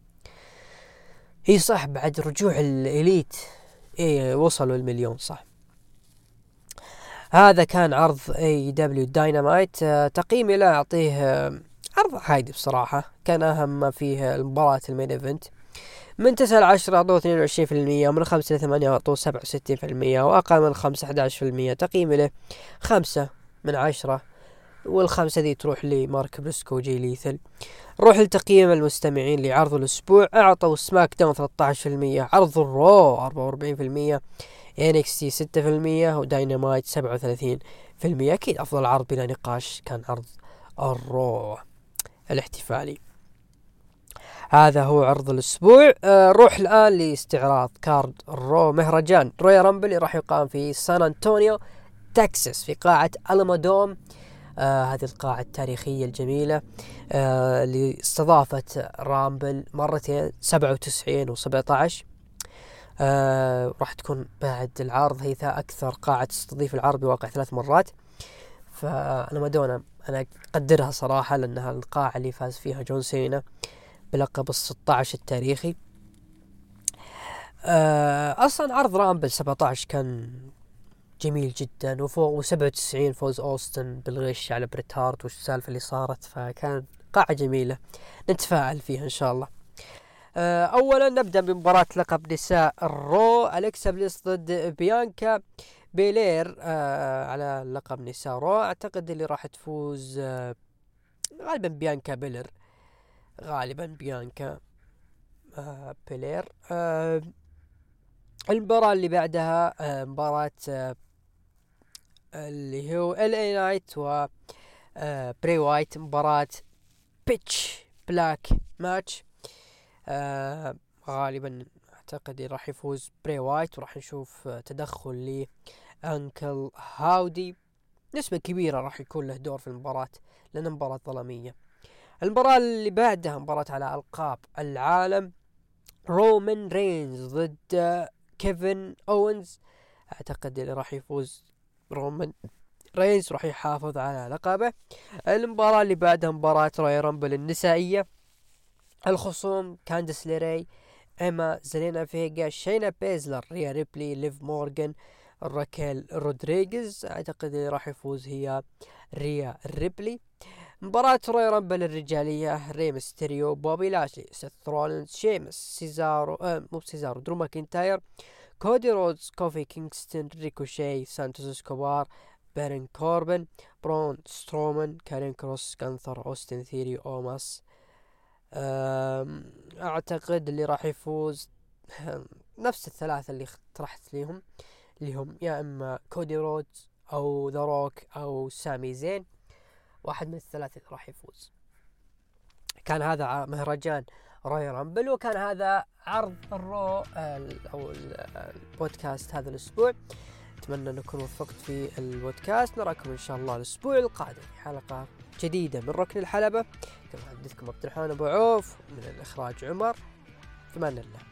هي صح بعد رجوع الإليت إيه وصلوا المليون صح. هذا كان عرض اي دبليو داينامايت. آه تقييمي لا أعطيه آه عرض عادي بصراحة. كان أهم ما فيه المباراة المين ايفنت. من تسعة لعشرة أعطوه اثنين وعشرين في المية، ومن خمسة لثمانية أعطوه سبعة وستين في المية، وأقل من خمسة أحد عشر في المية. تقييمي له خمسة من عشرة، والخمسة دي تروح لمارك بريسكو وجي ليثل. نروح لتقييم المستمعين لعرض الأسبوع. أعطوا سماك داون ثلاثة عشر في المية، عرض الرو أربعة وأربعين في المية، إن إكس تي ستة في المية، وداينامايت سبعة وثلاثين في المية. أكيد أفضل عرض بلا نقاش كان عرض الرو الاحتفالي. هذا هو عرض الأسبوع. آه روح الآن لاستعراض كارد الرو مهرجان رويال رامبل اللي راح يقام في سان أنطونيو تكساس في قاعة ألمودوم. آه هذه القاعة التاريخية الجميلة آه اللي استضافت رامبل مرتين سبعة وتسعين وسبعة عشر. آه راح تكون بعد العرض هي أكثر قاعة تستضيف العرض بواقع ثلاث مرات. فألمودوم أنا أقدرها صراحة لأنها القاعة اللي فاز فيها جون سينا بلقب الستة عشر التاريخي. أه أصلا عرض رامبل سبعة عشر كان جميل جدا، وفوق وسبعة وتسعين فوز أوستن بالغش على بريت هارت والسالفة اللي صارت، فكان قاعة جميلة نتفاعل فيها إن شاء الله. أه أولا نبدأ بمباراة لقب نساء الرو. أليكسا بليس ضد بيانكا بيلير أه على لقب نساء رو. أعتقد اللي راح تفوز أه غالبا بيانكا بيلر، غالبا بيانكا آه بيلير. آه المباراة اللي بعدها آه مباراة آه اللي هو ال اي نايت و آه بري وايت. مباراة بيتش بلاك ماتش. آه غالبا اعتقد راح يفوز بري وايت، وراح نشوف آه تدخل لي انكل هاودي. نسبة كبيرة راح يكون له دور في المباراة لأن مباراة ظلامية. المباراة اللي بعدها مباراة على ألقاب العالم. رومان رينز ضد كيفن أوينز. أعتقد اللي راح يفوز رومان رينز، راح يحافظ على لقبه. المباراة اللي بعدها مباراة رويال رامبل النسائية. الخصوم كانديس ليراي، إما زلينا فيغا، شينا بيزلر، ريا ريبلي، ليف مورغان، راكيل رودريغيز. أعتقد اللي راح يفوز هي ريا ريبلي. مباراة رويال رامبل الرجالية. ري ميستيريو، بوبي لاشلي، سيث رولينز، شيمس، سيزارو آه مو سيزارو درو ماكنتاير، كودي رودز، كوفي كينغستون، ريكوشي، سانتوس اسكوبار، بارن كوربن، برون سترومان، كارين كروس، كانثر، أوستن ثيري، أوماس. أعتقد اللي راح يفوز نفس الثلاثة اللي اقترحت ليهم، اللي هم يا إما كودي رودز أو ذا روك أو سامي زين. واحد من الثلاثة راح يفوز. كان هذا مهرجان رويال رامبل، وكان هذا عرض الرو أو البودكاست هذا الأسبوع. أتمنى أن أكون وفقت في البودكاست. نراكم إن شاء الله الأسبوع القادم في حلقة جديدة من ركن الحلبة. كما حدثكم عبد الرحمن أبو عوف، من الإخراج عمر. في أمان الله.